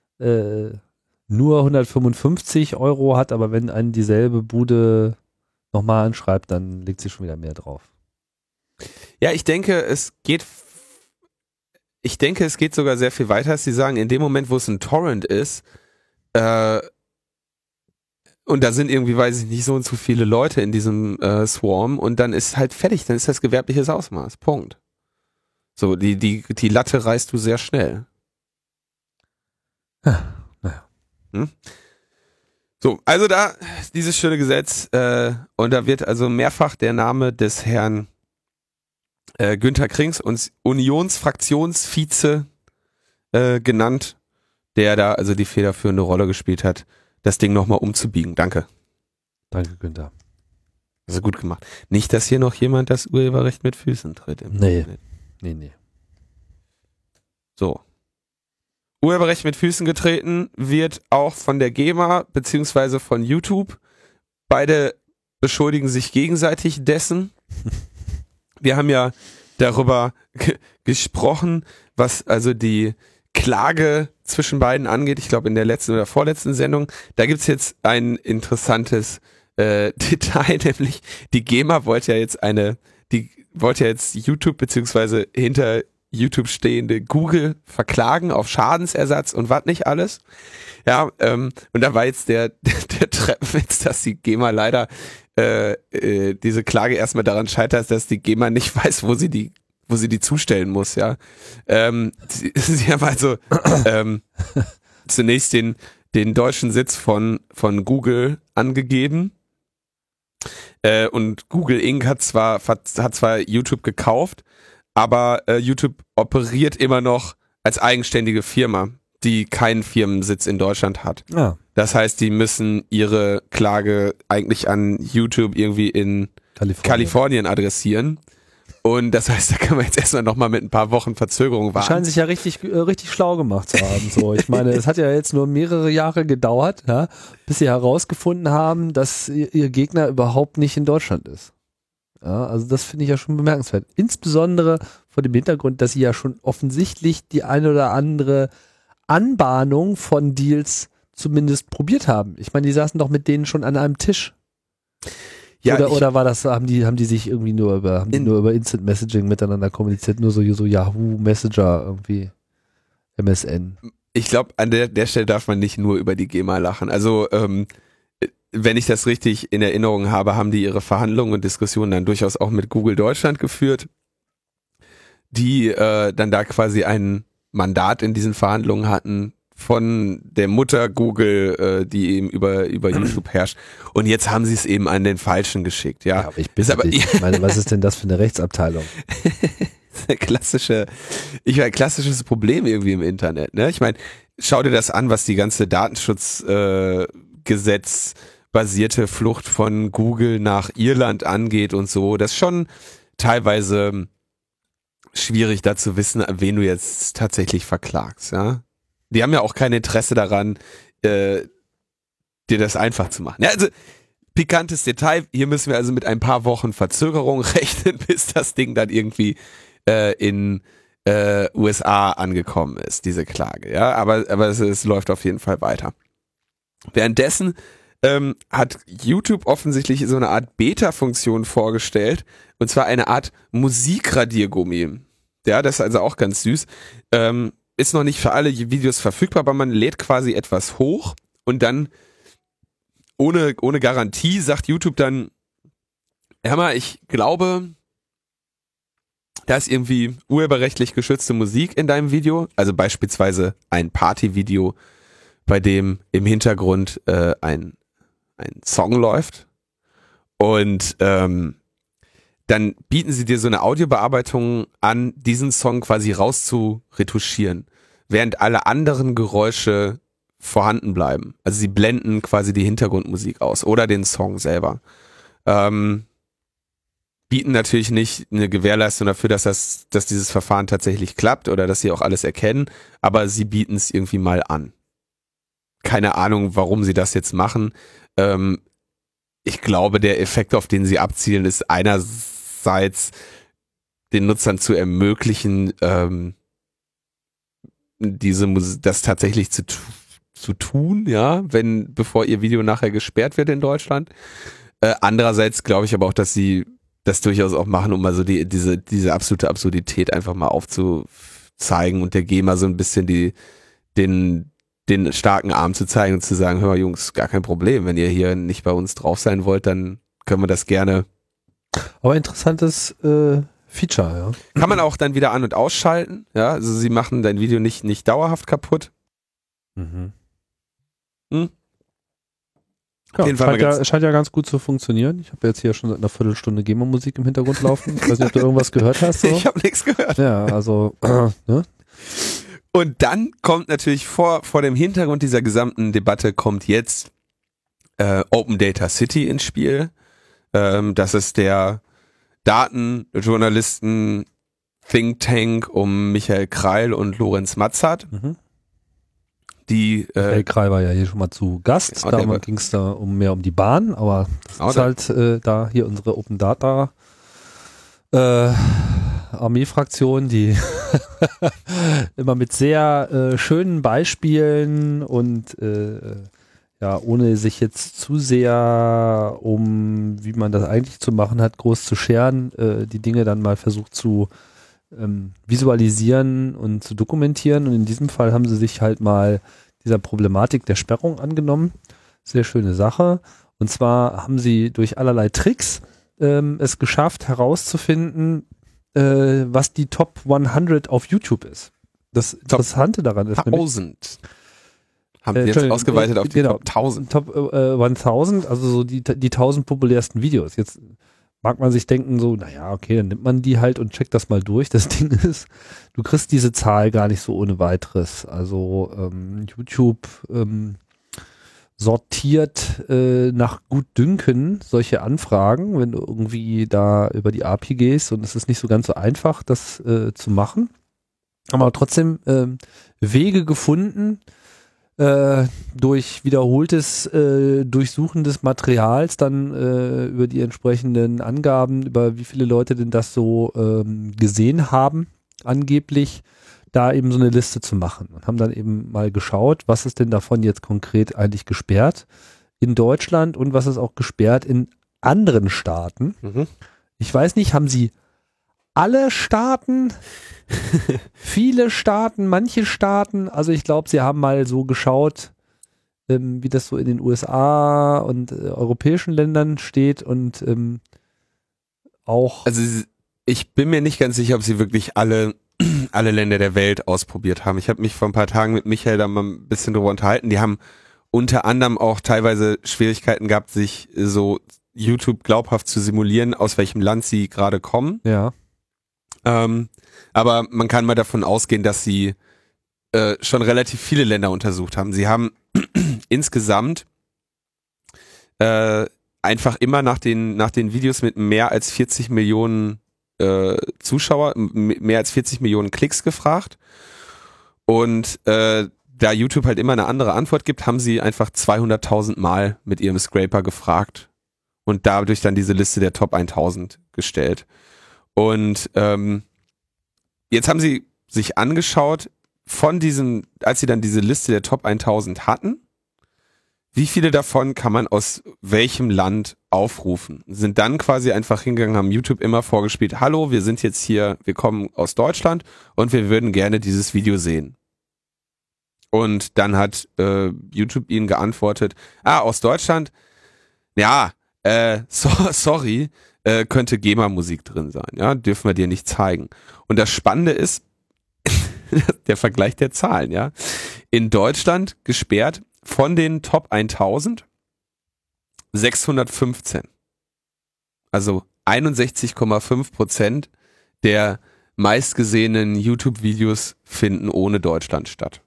nur 155 € hat, aber wenn einen dieselbe Bude nochmal anschreibt, dann legt sie schon wieder mehr drauf. Ja, ich denke, es geht sogar sehr viel weiter. Sie sagen, in dem Moment, wo es ein Torrent ist, und da sind irgendwie, weiß ich nicht, so und so viele Leute in diesem Swarm und dann ist halt fertig, dann ist das gewerbliches Ausmaß. Punkt. So, die Latte reißt du sehr schnell. So, also da dieses schöne Gesetz und da wird also mehrfach der Name des Herrn Günther Krings, uns Unionsfraktionsvize genannt, der da also die federführende Rolle gespielt hat, das Ding nochmal umzubiegen. Danke. Danke, Günther. Also gut gemacht. Nicht, dass hier noch jemand das Urheberrecht mit Füßen tritt. Nee. So. Urheberrecht mit Füßen getreten wird auch von der GEMA beziehungsweise von YouTube. Beide beschuldigen sich gegenseitig dessen. Wir haben ja darüber gesprochen, was also die Klage zwischen beiden angeht. Ich glaube in der letzten oder vorletzten Sendung. Da gibt's jetzt ein interessantes Detail, nämlich die GEMA wollte ja jetzt YouTube beziehungsweise hinter YouTube stehende Google verklagen auf Schadensersatz und was nicht alles. Ja, und da war jetzt der Treppenwitz, dass die GEMA leider diese Klage erstmal daran scheitert, dass die GEMA nicht weiß, wo sie die zustellen muss, ja. Sie haben also zunächst den deutschen Sitz von Google angegeben. Und Google Inc. hat zwar YouTube gekauft, aber YouTube operiert immer noch als eigenständige Firma, die keinen Firmensitz in Deutschland hat. Ja. Das heißt, die müssen ihre Klage eigentlich an YouTube irgendwie in Kalifornien adressieren. Und das heißt, da können wir jetzt erstmal nochmal mit ein paar Wochen Verzögerung warten. Die scheinen sich ja richtig schlau gemacht zu haben. So, ich meine, es hat ja jetzt nur mehrere Jahre gedauert, ja, bis sie herausgefunden haben, dass ihr Gegner überhaupt nicht in Deutschland ist. Ja, also das finde ich ja schon bemerkenswert. Insbesondere vor dem Hintergrund, dass sie ja schon offensichtlich die eine oder andere Anbahnung von Deals zumindest probiert haben. Ich meine, die saßen doch mit denen schon an einem Tisch. Ja, oder war das, haben die sich irgendwie nur über Instant Messaging miteinander kommuniziert, nur so Yahoo Messenger irgendwie, MSN. Ich glaube, an der Stelle darf man nicht nur über die GEMA lachen. Also, wenn ich das richtig in Erinnerung habe, haben die ihre Verhandlungen und Diskussionen dann durchaus auch mit Google Deutschland geführt, die dann da quasi ein Mandat in diesen Verhandlungen hatten von der Mutter Google, die eben über YouTube herrscht. Und jetzt haben sie es eben an den Falschen geschickt, ja. Ja, aber ich bitte dich. Ich meine, was ist denn das für eine Rechtsabteilung? Klassisches Problem irgendwie im Internet, ne? Ich meine, schau dir das an, was die ganze Datenschutzgesetz basierte Flucht von Google nach Irland angeht und so. Das ist schon teilweise schwierig, da zu wissen, wen du jetzt tatsächlich verklagst, ja. Die haben ja auch kein Interesse daran, dir das einfach zu machen. Ja, also, pikantes Detail, hier müssen wir also mit ein paar Wochen Verzögerung rechnen, bis das Ding dann irgendwie in USA angekommen ist, diese Klage, ja, aber es läuft auf jeden Fall weiter. Währenddessen hat YouTube offensichtlich so eine Art Beta-Funktion vorgestellt, und zwar eine Art Musikradiergummi. Ja, das ist also auch ganz süß. Ist noch nicht für alle Videos verfügbar, aber man lädt quasi etwas hoch und dann ohne Garantie sagt YouTube dann, hör mal, ich glaube, da ist irgendwie urheberrechtlich geschützte Musik in deinem Video, also beispielsweise ein Partyvideo, bei dem im Hintergrund ein Song läuft, und dann bieten sie dir so eine Audiobearbeitung an, diesen Song quasi rauszuretuschieren, während alle anderen Geräusche vorhanden bleiben. Also sie blenden quasi die Hintergrundmusik aus oder den Song selber. Bieten natürlich nicht eine Gewährleistung dafür, dass dieses Verfahren tatsächlich klappt oder dass sie auch alles erkennen, aber sie bieten es irgendwie mal an. Keine Ahnung, warum sie das jetzt machen. Ich glaube, der Effekt, auf den sie abzielen, ist einerseits den Nutzern zu ermöglichen, das tatsächlich zu tun, ja, bevor ihr Video nachher gesperrt wird in Deutschland. Andererseits glaube ich aber auch, dass sie das durchaus auch machen, um mal so diese absolute Absurdität einfach mal aufzuzeigen und der GEMA so ein bisschen den starken Arm zu zeigen und zu sagen, hör mal Jungs, gar kein Problem, wenn ihr hier nicht bei uns drauf sein wollt, dann können wir das gerne. Aber interessantes Feature, ja. Kann man auch dann wieder an- und ausschalten, ja, also sie machen dein Video nicht dauerhaft kaputt. Mhm. Hm? Ja, scheint ja ganz gut zu funktionieren. Ich habe jetzt hier schon seit einer Viertelstunde GEMA-Musik im Hintergrund laufen. Ich weiß nicht, ob du irgendwas gehört hast. So. Ich habe nichts gehört. Ja, also, ne? Und dann kommt natürlich vor dem Hintergrund dieser gesamten Debatte kommt jetzt Open Data City ins Spiel. Das ist der Datenjournalisten Think Tank um Michael Kreil und Lorenz Matzart. Mhm. die Michael Krei war ja hier schon mal zu Gast. Genau, Da ging es da mehr um die Bahn, aber das ist halt da hier unsere Open Data Armeefraktion, die immer mit sehr schönen Beispielen und ja, ohne sich jetzt zu sehr wie man das eigentlich zu machen hat, groß zu scheren, die Dinge dann mal versucht zu visualisieren und zu dokumentieren. Und in diesem Fall haben sie sich halt mal dieser Problematik der Sperrung angenommen. Sehr schöne Sache. Und zwar haben sie durch allerlei Tricks es geschafft herauszufinden, was die Top 100 auf YouTube ist. Das Interessante daran ist 1000. Haben sie jetzt ausgeweitet auf die Top 1000. Top 1000, also so die 1000 populärsten Videos. Jetzt mag man sich denken so, naja, okay, dann nimmt man die halt und checkt das mal durch. Das Ding ist, du kriegst diese Zahl gar nicht so ohne weiteres. Also YouTube sortiert nach Gutdünken solche Anfragen, wenn du irgendwie da über die API gehst, und es ist nicht so ganz so einfach, das zu machen. Aber trotzdem Wege gefunden, durch wiederholtes Durchsuchen des Materials dann über die entsprechenden Angaben, über wie viele Leute denn das so gesehen haben, angeblich, da eben so eine Liste zu machen, und haben dann eben mal geschaut, was ist denn davon jetzt konkret eigentlich gesperrt in Deutschland und was ist auch gesperrt in anderen Staaten. Ich weiß nicht, haben sie alle Staaten, viele Staaten, manche Staaten, also ich glaube, sie haben mal so geschaut, wie das so in den USA und europäischen Ländern steht, und auch... Also ich bin mir nicht ganz sicher, ob sie wirklich alle Länder der Welt ausprobiert haben. Ich habe mich vor ein paar Tagen mit Michael da mal ein bisschen drüber unterhalten. Die haben unter anderem auch teilweise Schwierigkeiten gehabt, sich so YouTube glaubhaft zu simulieren, aus welchem Land sie gerade kommen. Ja. Aber man kann mal davon ausgehen, dass sie schon relativ viele Länder untersucht haben. Sie haben insgesamt einfach immer nach den Videos mit mehr als 40 Millionen Zuschauer, mehr als 40 Millionen Klicks gefragt, und da YouTube halt immer eine andere Antwort gibt, haben sie einfach 200.000 Mal mit ihrem Scraper gefragt und dadurch dann diese Liste der Top 1000 gestellt. Und jetzt haben sie sich angeschaut, als sie dann diese Liste der Top 1000 hatten, wie viele davon kann man aus welchem Land aufrufen? Sind dann quasi einfach hingegangen, haben YouTube immer vorgespielt, hallo, wir sind jetzt hier, wir kommen aus Deutschland und wir würden gerne dieses Video sehen. Und dann hat YouTube ihnen geantwortet, aus Deutschland? Ja, sorry, könnte GEMA-Musik drin sein, ja, dürfen wir dir nicht zeigen. Und das Spannende ist, der Vergleich der Zahlen, ja. In Deutschland gesperrt von den Top 1000 615. Also 61,5% der meistgesehenen YouTube-Videos finden ohne Deutschland statt.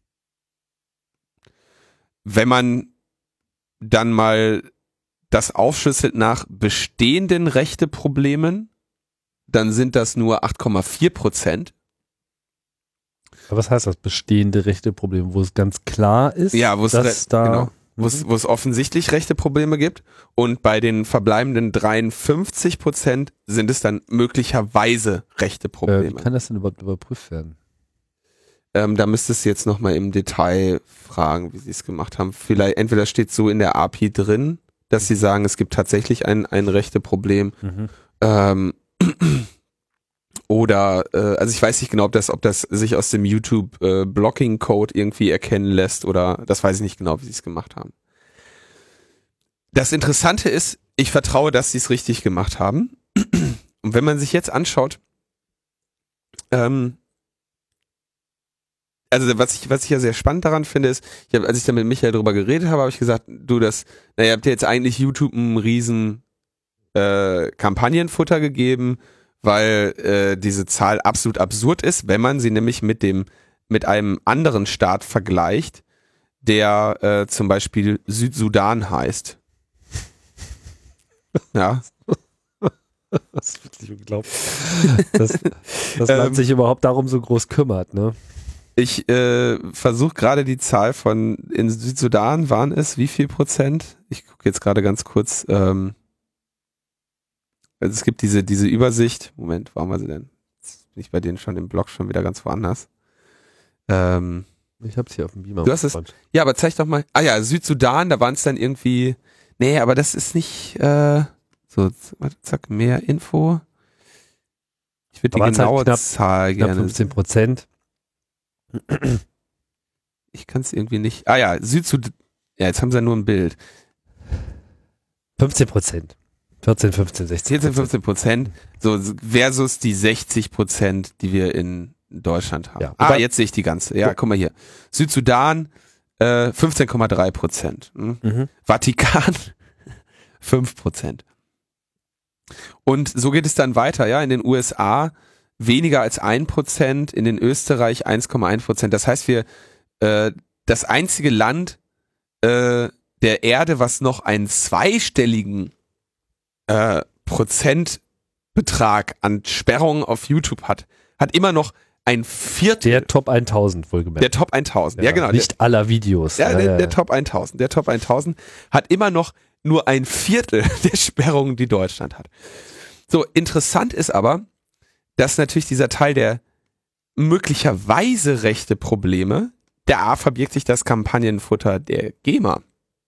Wenn man dann mal das aufschlüsselt nach bestehenden Rechteproblemen, dann sind das nur 8,4%. Was heißt das, bestehende Rechteprobleme, wo es ganz klar ist, ja, wo es offensichtlich Rechteprobleme gibt, und bei den verbleibenden 53% sind es dann möglicherweise Rechteprobleme. Wie kann das denn überhaupt überprüft werden? Da müsstest du jetzt nochmal im Detail fragen, wie sie es gemacht haben. Vielleicht, entweder steht so in der API drin, dass sie sagen, es gibt tatsächlich ein Rechteproblem. Oder, also ich weiß nicht genau, ob das sich aus dem YouTube-Blocking-Code irgendwie erkennen lässt, oder das weiß ich nicht genau, wie sie es gemacht haben. Das Interessante ist, ich vertraue, dass sie es richtig gemacht haben. Und wenn man sich jetzt anschaut, also was ich ja sehr spannend daran finde, ist, als ich da mit Michael drüber geredet habe, habe ich gesagt, ihr habt ja jetzt eigentlich YouTube einen riesen Kampagnenfutter gegeben, weil diese Zahl absolut absurd ist, wenn man sie nämlich mit einem anderen Staat vergleicht, der zum Beispiel Südsudan heißt. Ja. Das ist wirklich unglaublich. Das Land sich überhaupt darum so groß kümmert, ne? Ich versuche gerade die Zahl in Südsudan waren es, wie viel Prozent? Ich gucke jetzt gerade ganz kurz. Also es gibt diese Übersicht. Moment, wo haben wir sie denn? Jetzt bin ich bei denen schon im Blog schon wieder ganz woanders. Ich hab's hier auf dem Beamer. Du hast es? Ja, aber zeig doch mal. Ah ja, Südsudan, da waren es dann irgendwie. Nee, aber das ist nicht. So, zack, mehr Info. Ich würde die genaue Zahl gerne. 15%. Ich kann es irgendwie nicht. Ah ja, Südsudan. Ja, jetzt haben sie ja nur ein Bild. 15%. 14, 15, 16. 14, 15%. So versus die 60%, die wir in Deutschland haben. Ja, jetzt sehe ich die ganze. Ja, guck mal hier. Südsudan 15,3%. Vatikan 5%. Und so geht es dann weiter, ja, in den USA weniger als 1%, in den Österreich 1,1%. Das heißt, wir das einzige Land der Erde, was noch einen zweistelligen Prozentbetrag an Sperrungen auf YouTube hat immer noch ein Viertel. Der Top 1000 wohlgemerkt. Der Top 1000, ja genau. Nicht aller Videos. Ja, der Top 1000. Der Top 1000 hat immer noch nur ein Viertel der Sperrungen, die Deutschland hat. So, interessant ist aber, dass natürlich dieser Teil der möglicherweise rechte Probleme, da verbirgt sich das Kampagnenfutter der GEMA.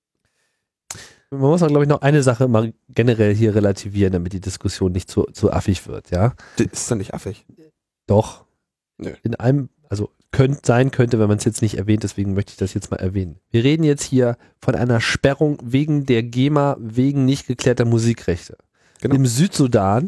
Man muss auch, glaube ich, noch eine Sache mal generell hier relativieren, damit die Diskussion nicht zu affig wird, ja? Das ist doch nicht affig. Doch. Nö. In einem, also könnte, wenn man es jetzt nicht erwähnt, deswegen möchte ich das jetzt mal erwähnen. Wir reden jetzt hier von einer Sperrung wegen der GEMA, wegen nicht geklärter Musikrechte. Genau. Im Südsudan,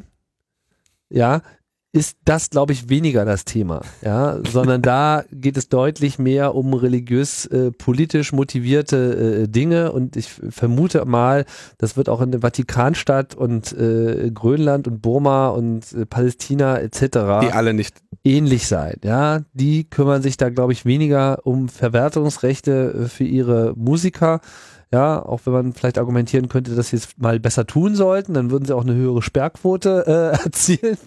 ja, ist das, glaube ich, weniger das Thema, ja, sondern da geht es deutlich mehr um religiös-politisch motivierte Dinge und ich vermute mal, das wird auch in der Vatikanstadt und Grönland und Burma und Palästina etc. Die alle nicht ähnlich sein, ja, die kümmern sich da, glaube ich, weniger um Verwertungsrechte für ihre Musiker. Ja, auch wenn man vielleicht argumentieren könnte, dass sie es mal besser tun sollten, dann würden sie auch eine höhere Sperrquote erzielen.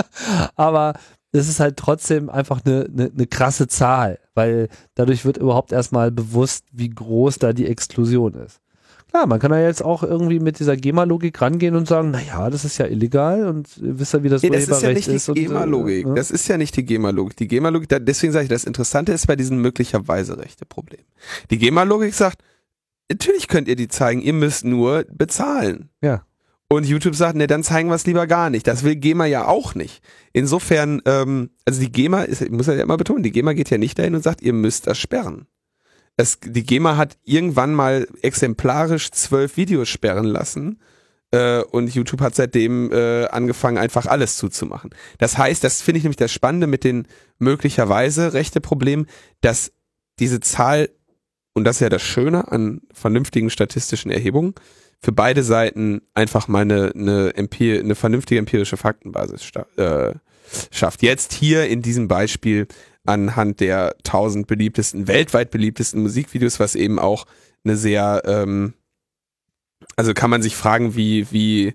Aber es ist halt trotzdem einfach eine krasse Zahl, weil dadurch wird überhaupt erstmal bewusst, wie groß da die Exklusion ist. Klar, man kann ja jetzt auch irgendwie mit dieser GEMA-Logik rangehen und sagen, naja, das ist ja illegal und wisst ihr, wie das Urheberrecht ist. Das ist ja nicht die GEMA-Logik. Das ist ja nicht die GEMA-Logik. Die GEMA-Logik, deswegen sage ich, das Interessante ist bei diesem möglicherweise Rechte-Problem. Die GEMA-Logik sagt, natürlich könnt ihr die zeigen, ihr müsst nur bezahlen. Ja. Und YouTube sagt, ne, dann zeigen wir es lieber gar nicht. Das will GEMA ja auch nicht. Insofern, also die GEMA, ich muss ja immer betonen, die GEMA geht ja nicht dahin und sagt, ihr müsst das sperren. Die GEMA hat irgendwann mal exemplarisch 12 Videos sperren lassen und YouTube hat seitdem angefangen, einfach alles zuzumachen. Das heißt, das finde ich nämlich das Spannende mit den möglicherweise Rechte-Problemen, dass diese Zahl, und das ist ja das Schöne an vernünftigen statistischen Erhebungen, für beide Seiten einfach mal eine vernünftige empirische Faktenbasis schafft. Jetzt hier in diesem Beispiel anhand der 1000 weltweit beliebtesten Musikvideos, was eben auch eine sehr, also kann man sich fragen, wie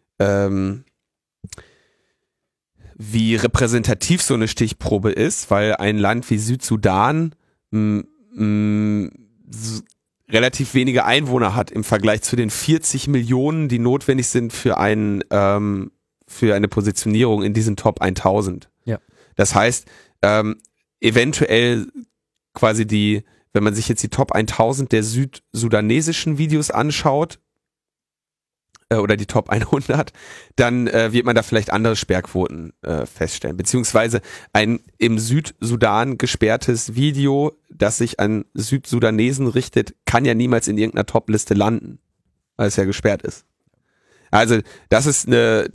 repräsentativ so eine Stichprobe ist, weil ein Land wie Südsudan relativ wenige Einwohner hat im Vergleich zu den 40 Millionen, die notwendig sind für eine Positionierung in diesen Top 1000. Ja. Das heißt, eventuell quasi wenn man sich jetzt die Top 1000 der südsudanesischen Videos anschaut, oder die Top 100, dann wird man da vielleicht andere Sperrquoten feststellen. Beziehungsweise ein im Südsudan gesperrtes Video, das sich an Südsudanesen richtet, kann ja niemals in irgendeiner Top-Liste landen, weil es ja gesperrt ist. Also das ist ein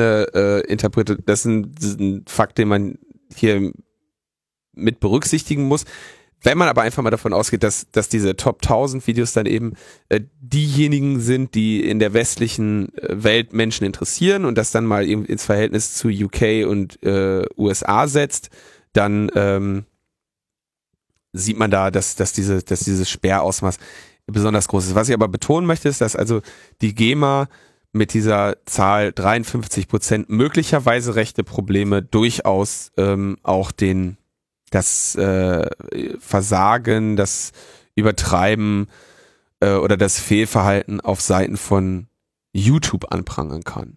Fakt, den man hier mit berücksichtigen muss. Wenn man aber einfach mal davon ausgeht, dass diese Top 1000 Videos dann eben diejenigen sind, die in der westlichen Welt Menschen interessieren und das dann mal ins Verhältnis zu UK und USA setzt, dann sieht man da, dass dieses Sperrausmaß besonders groß ist. Was ich aber betonen möchte, ist, dass also die GEMA mit dieser Zahl 53% möglicherweise rechte Probleme durchaus auch den das Versagen, das Übertreiben oder das Fehlverhalten auf Seiten von YouTube anprangern kann.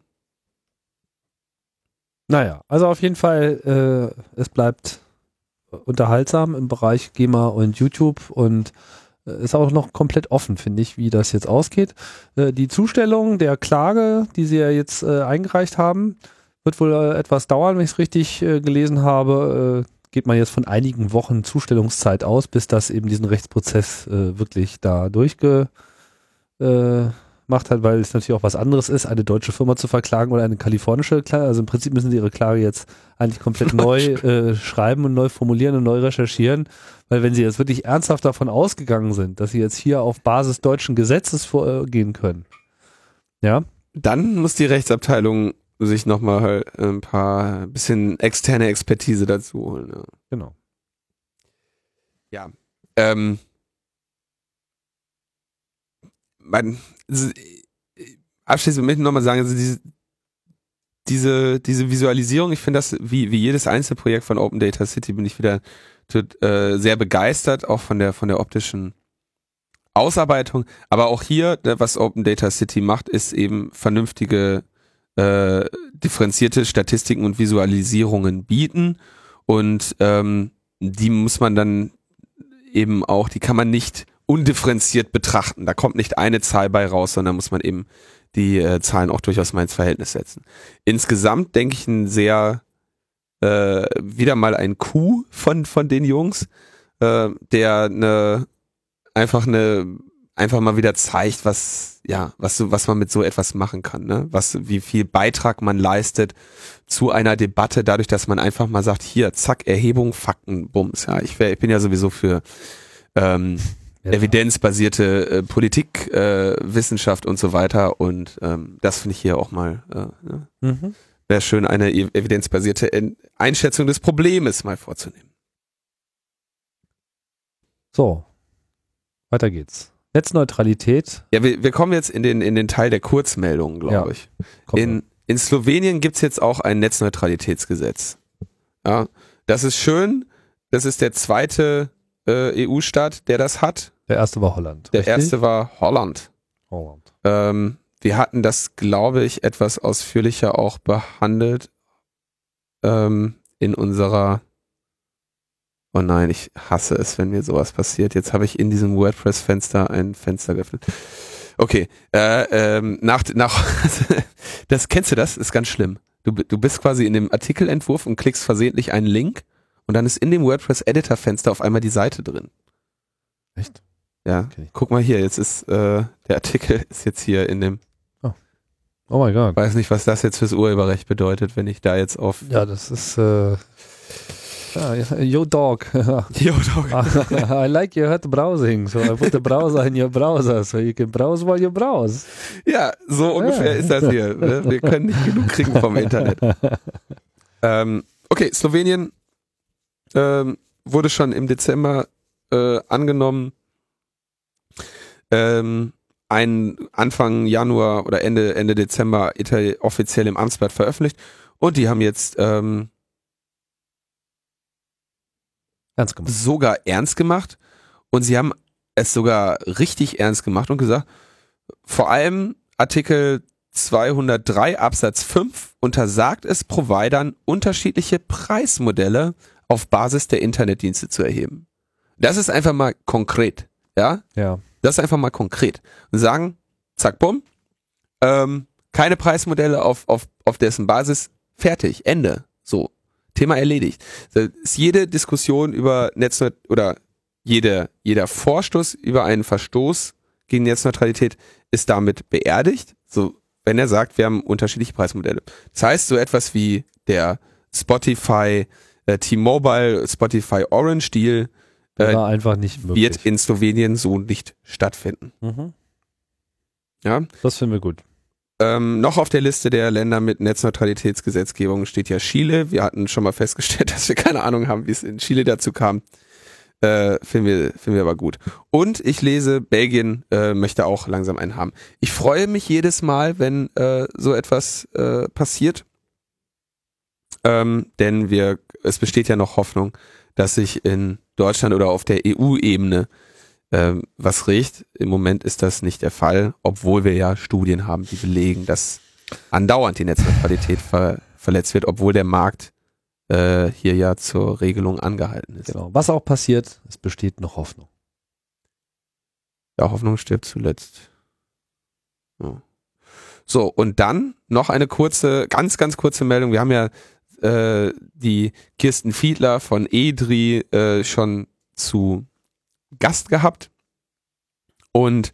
Naja, also auf jeden Fall, es bleibt unterhaltsam im Bereich GEMA und YouTube und ist auch noch komplett offen, finde ich, wie das jetzt ausgeht. Die Zustellung der Klage, die sie ja jetzt eingereicht haben, wird wohl etwas dauern, wenn ich es richtig gelesen habe. Geht man jetzt von einigen Wochen Zustellungszeit aus, bis das eben diesen Rechtsprozess wirklich da durchgemacht hat, weil es natürlich auch was anderes ist, eine deutsche Firma zu verklagen oder eine kalifornische Klage. Also im Prinzip müssen sie ihre Klage jetzt eigentlich komplett neu schreiben und neu formulieren und neu recherchieren, weil wenn sie jetzt wirklich ernsthaft davon ausgegangen sind, dass sie jetzt hier auf Basis deutschen Gesetzes vorgehen können, ja, dann muss die Rechtsabteilung sich nochmal ein bisschen externe Expertise dazu holen. Ja. Genau. Ja. Abschließend möchte ich nochmal sagen, also diese Visualisierung, ich finde das, wie jedes einzelne Projekt von Open Data City, bin ich wieder sehr begeistert, auch von der optischen Ausarbeitung. Aber auch hier, was Open Data City macht, ist eben vernünftige differenzierte Statistiken und Visualisierungen bieten und die muss man dann eben auch, die kann man nicht undifferenziert betrachten. Da kommt nicht eine Zahl bei raus, sondern muss man eben die Zahlen auch durchaus mal ins Verhältnis setzen. Insgesamt denke ich wieder mal ein Coup von den Jungs, der einfach mal wieder zeigt, was man mit so etwas machen kann, ne? Wie viel Beitrag man leistet zu einer Debatte, dadurch, dass man einfach mal sagt, hier, zack, Erhebung, Fakten, Bums. Ja, ich bin ja sowieso für evidenzbasierte Politik, Wissenschaft und so weiter und das finde ich hier auch mal wäre schön, eine evidenzbasierte Einschätzung des Problems mal vorzunehmen. So, weiter geht's. Netzneutralität. Ja, wir kommen jetzt in den Teil der Kurzmeldungen, glaube ich. In Slowenien gibt's jetzt auch ein Netzneutralitätsgesetz. Ja, das ist schön. Das ist der zweite EU-Staat, der das hat. Der erste war Holland. Der erste war Holland. Wir hatten das, glaube ich, etwas ausführlicher auch behandelt in unserer. Oh nein, ich hasse es, wenn mir sowas passiert. Jetzt habe ich in diesem WordPress-Fenster ein Fenster geöffnet. Okay, das kennst du das? Das ist ganz schlimm. Du bist quasi in dem Artikelentwurf und klickst versehentlich einen Link und dann ist in dem WordPress-Editor-Fenster auf einmal die Seite drin. Echt? Ja, okay. Guck mal hier, jetzt ist der Artikel ist jetzt hier in dem. Oh mein Gott. Weiß nicht, was das jetzt fürs Urheberrecht bedeutet, wenn ich da jetzt auf. Ja, das ist yo dog. Yo dog. I like your browsing, so I put the browser in your browser, so you can browse while you browse. Ja, so ungefähr ist das hier. Ne? Wir können nicht genug kriegen vom Internet. Okay, Slowenien wurde schon im Dezember angenommen. Anfang Januar oder Ende Dezember offiziell im Amtsblatt veröffentlicht und die haben jetzt sogar ernst gemacht und sie haben es sogar richtig ernst gemacht und gesagt, vor allem Artikel 203 Absatz 5 untersagt es Providern, unterschiedliche Preismodelle auf Basis der Internetdienste zu erheben. Das ist einfach mal konkret, ja? Ja. Das ist einfach mal konkret. Und sagen, zack, bumm, keine Preismodelle auf dessen Basis, fertig, Ende. So, Thema erledigt. Das ist jede Diskussion über oder jeder Vorstoß über einen Verstoß gegen Netzneutralität ist damit beerdigt. So, wenn er sagt, wir haben unterschiedliche Preismodelle. Das heißt, so etwas wie der Spotify T-Mobile, Spotify Orange Deal war einfach nicht möglich. Wird in Slowenien so nicht stattfinden. Mhm. Ja. Das finden wir gut. Noch auf der Liste der Länder mit Netzneutralitätsgesetzgebung steht ja Chile. Wir hatten schon mal festgestellt, dass wir keine Ahnung haben, wie es in Chile dazu kam. Finden wir aber gut. Und ich lese, Belgien möchte auch langsam einen haben. Ich freue mich jedes Mal, wenn so etwas passiert. Denn es besteht ja noch Hoffnung, dass sich in Deutschland oder auf der EU-Ebene was regt. Im Moment ist das nicht der Fall, obwohl wir ja Studien haben, die belegen, dass andauernd die Netzneutralität verletzt wird, obwohl der Markt hier ja zur Regelung angehalten ist. Genau. Was auch passiert, es besteht noch Hoffnung. Ja, Hoffnung stirbt zuletzt. Ja. So, und dann noch eine kurze, ganz kurze Meldung. Wir haben ja die Kirsten Fiedler von EDRI schon zu Gast gehabt. Und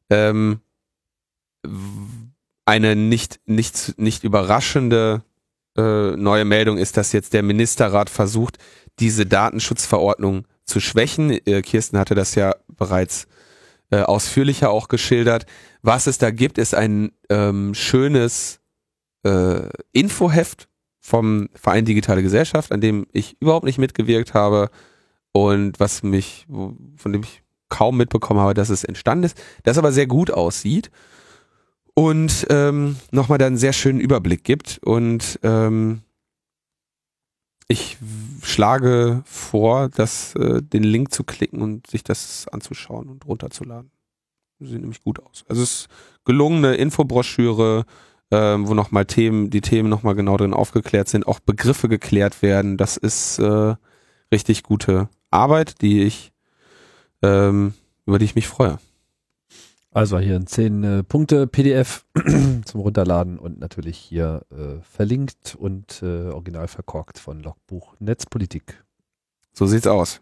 eine nicht überraschende neue Meldung ist, dass jetzt der Ministerrat versucht, diese Datenschutzverordnung zu schwächen. Kirsten hatte das ja bereits ausführlicher auch geschildert. Was es da gibt, ist ein schönes Infoheft vom Verein Digitale Gesellschaft, an dem ich überhaupt nicht mitgewirkt habe und von dem ich kaum mitbekommen habe, dass es entstanden ist, das aber sehr gut aussieht und nochmal da einen sehr schönen Überblick gibt. Und ich schlage vor, den Link zu klicken und sich das anzuschauen und runterzuladen. Sieht nämlich gut aus. Also es ist gelungene Infobroschüre, wo nochmal die Themen nochmal genau drin aufgeklärt sind, auch Begriffe geklärt werden. Das ist richtig gute Arbeit, über die ich mich freue. Also hier ein 10 Punkte PDF zum Runterladen und natürlich hier verlinkt und original verkorkt von Logbuch Netzpolitik. So sieht's aus.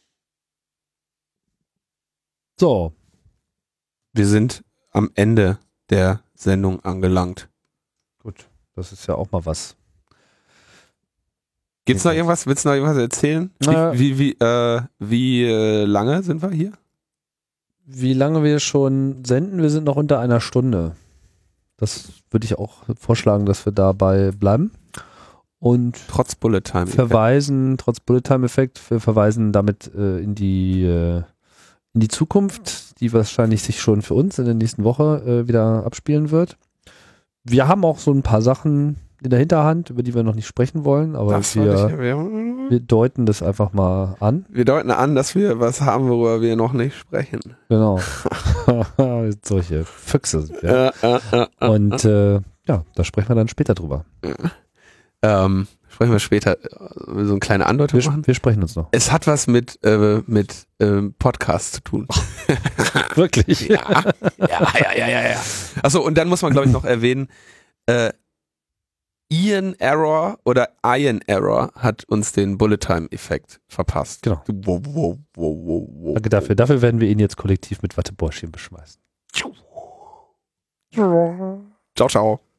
So. Wir sind am Ende der Sendung angelangt. Gut, das ist ja auch mal was. Gibt's noch irgendwas? Willst du noch irgendwas erzählen? Wie lange sind wir hier? Wie lange wir schon senden? Wir sind noch unter einer Stunde. Das würde ich auch vorschlagen, dass wir dabei bleiben. Und trotz Bullet Time trotz Bullet Time Effekt, wir verweisen damit in die Zukunft, die wahrscheinlich sich schon für uns in der nächsten Woche wieder abspielen wird. Wir haben auch so ein paar Sachen in der Hinterhand, über die wir noch nicht sprechen wollen, aber wir deuten das einfach mal an. Wir deuten an, dass wir was haben, worüber wir noch nicht sprechen. Genau. Solche Füchse sind wir. Und da sprechen wir dann später drüber. Sprechen wir später so eine kleine Andeutung machen? Wir sprechen uns noch. Es hat was mit Podcast zu tun. Wirklich? Ja. Achso, und dann muss man, glaube ich, noch erwähnen, Ian Error hat uns den Bullet-Time-Effekt verpasst. Genau. Wow. Danke dafür. Dafür werden wir ihn jetzt kollektiv mit Wattebäuschen beschmeißen. Ciao.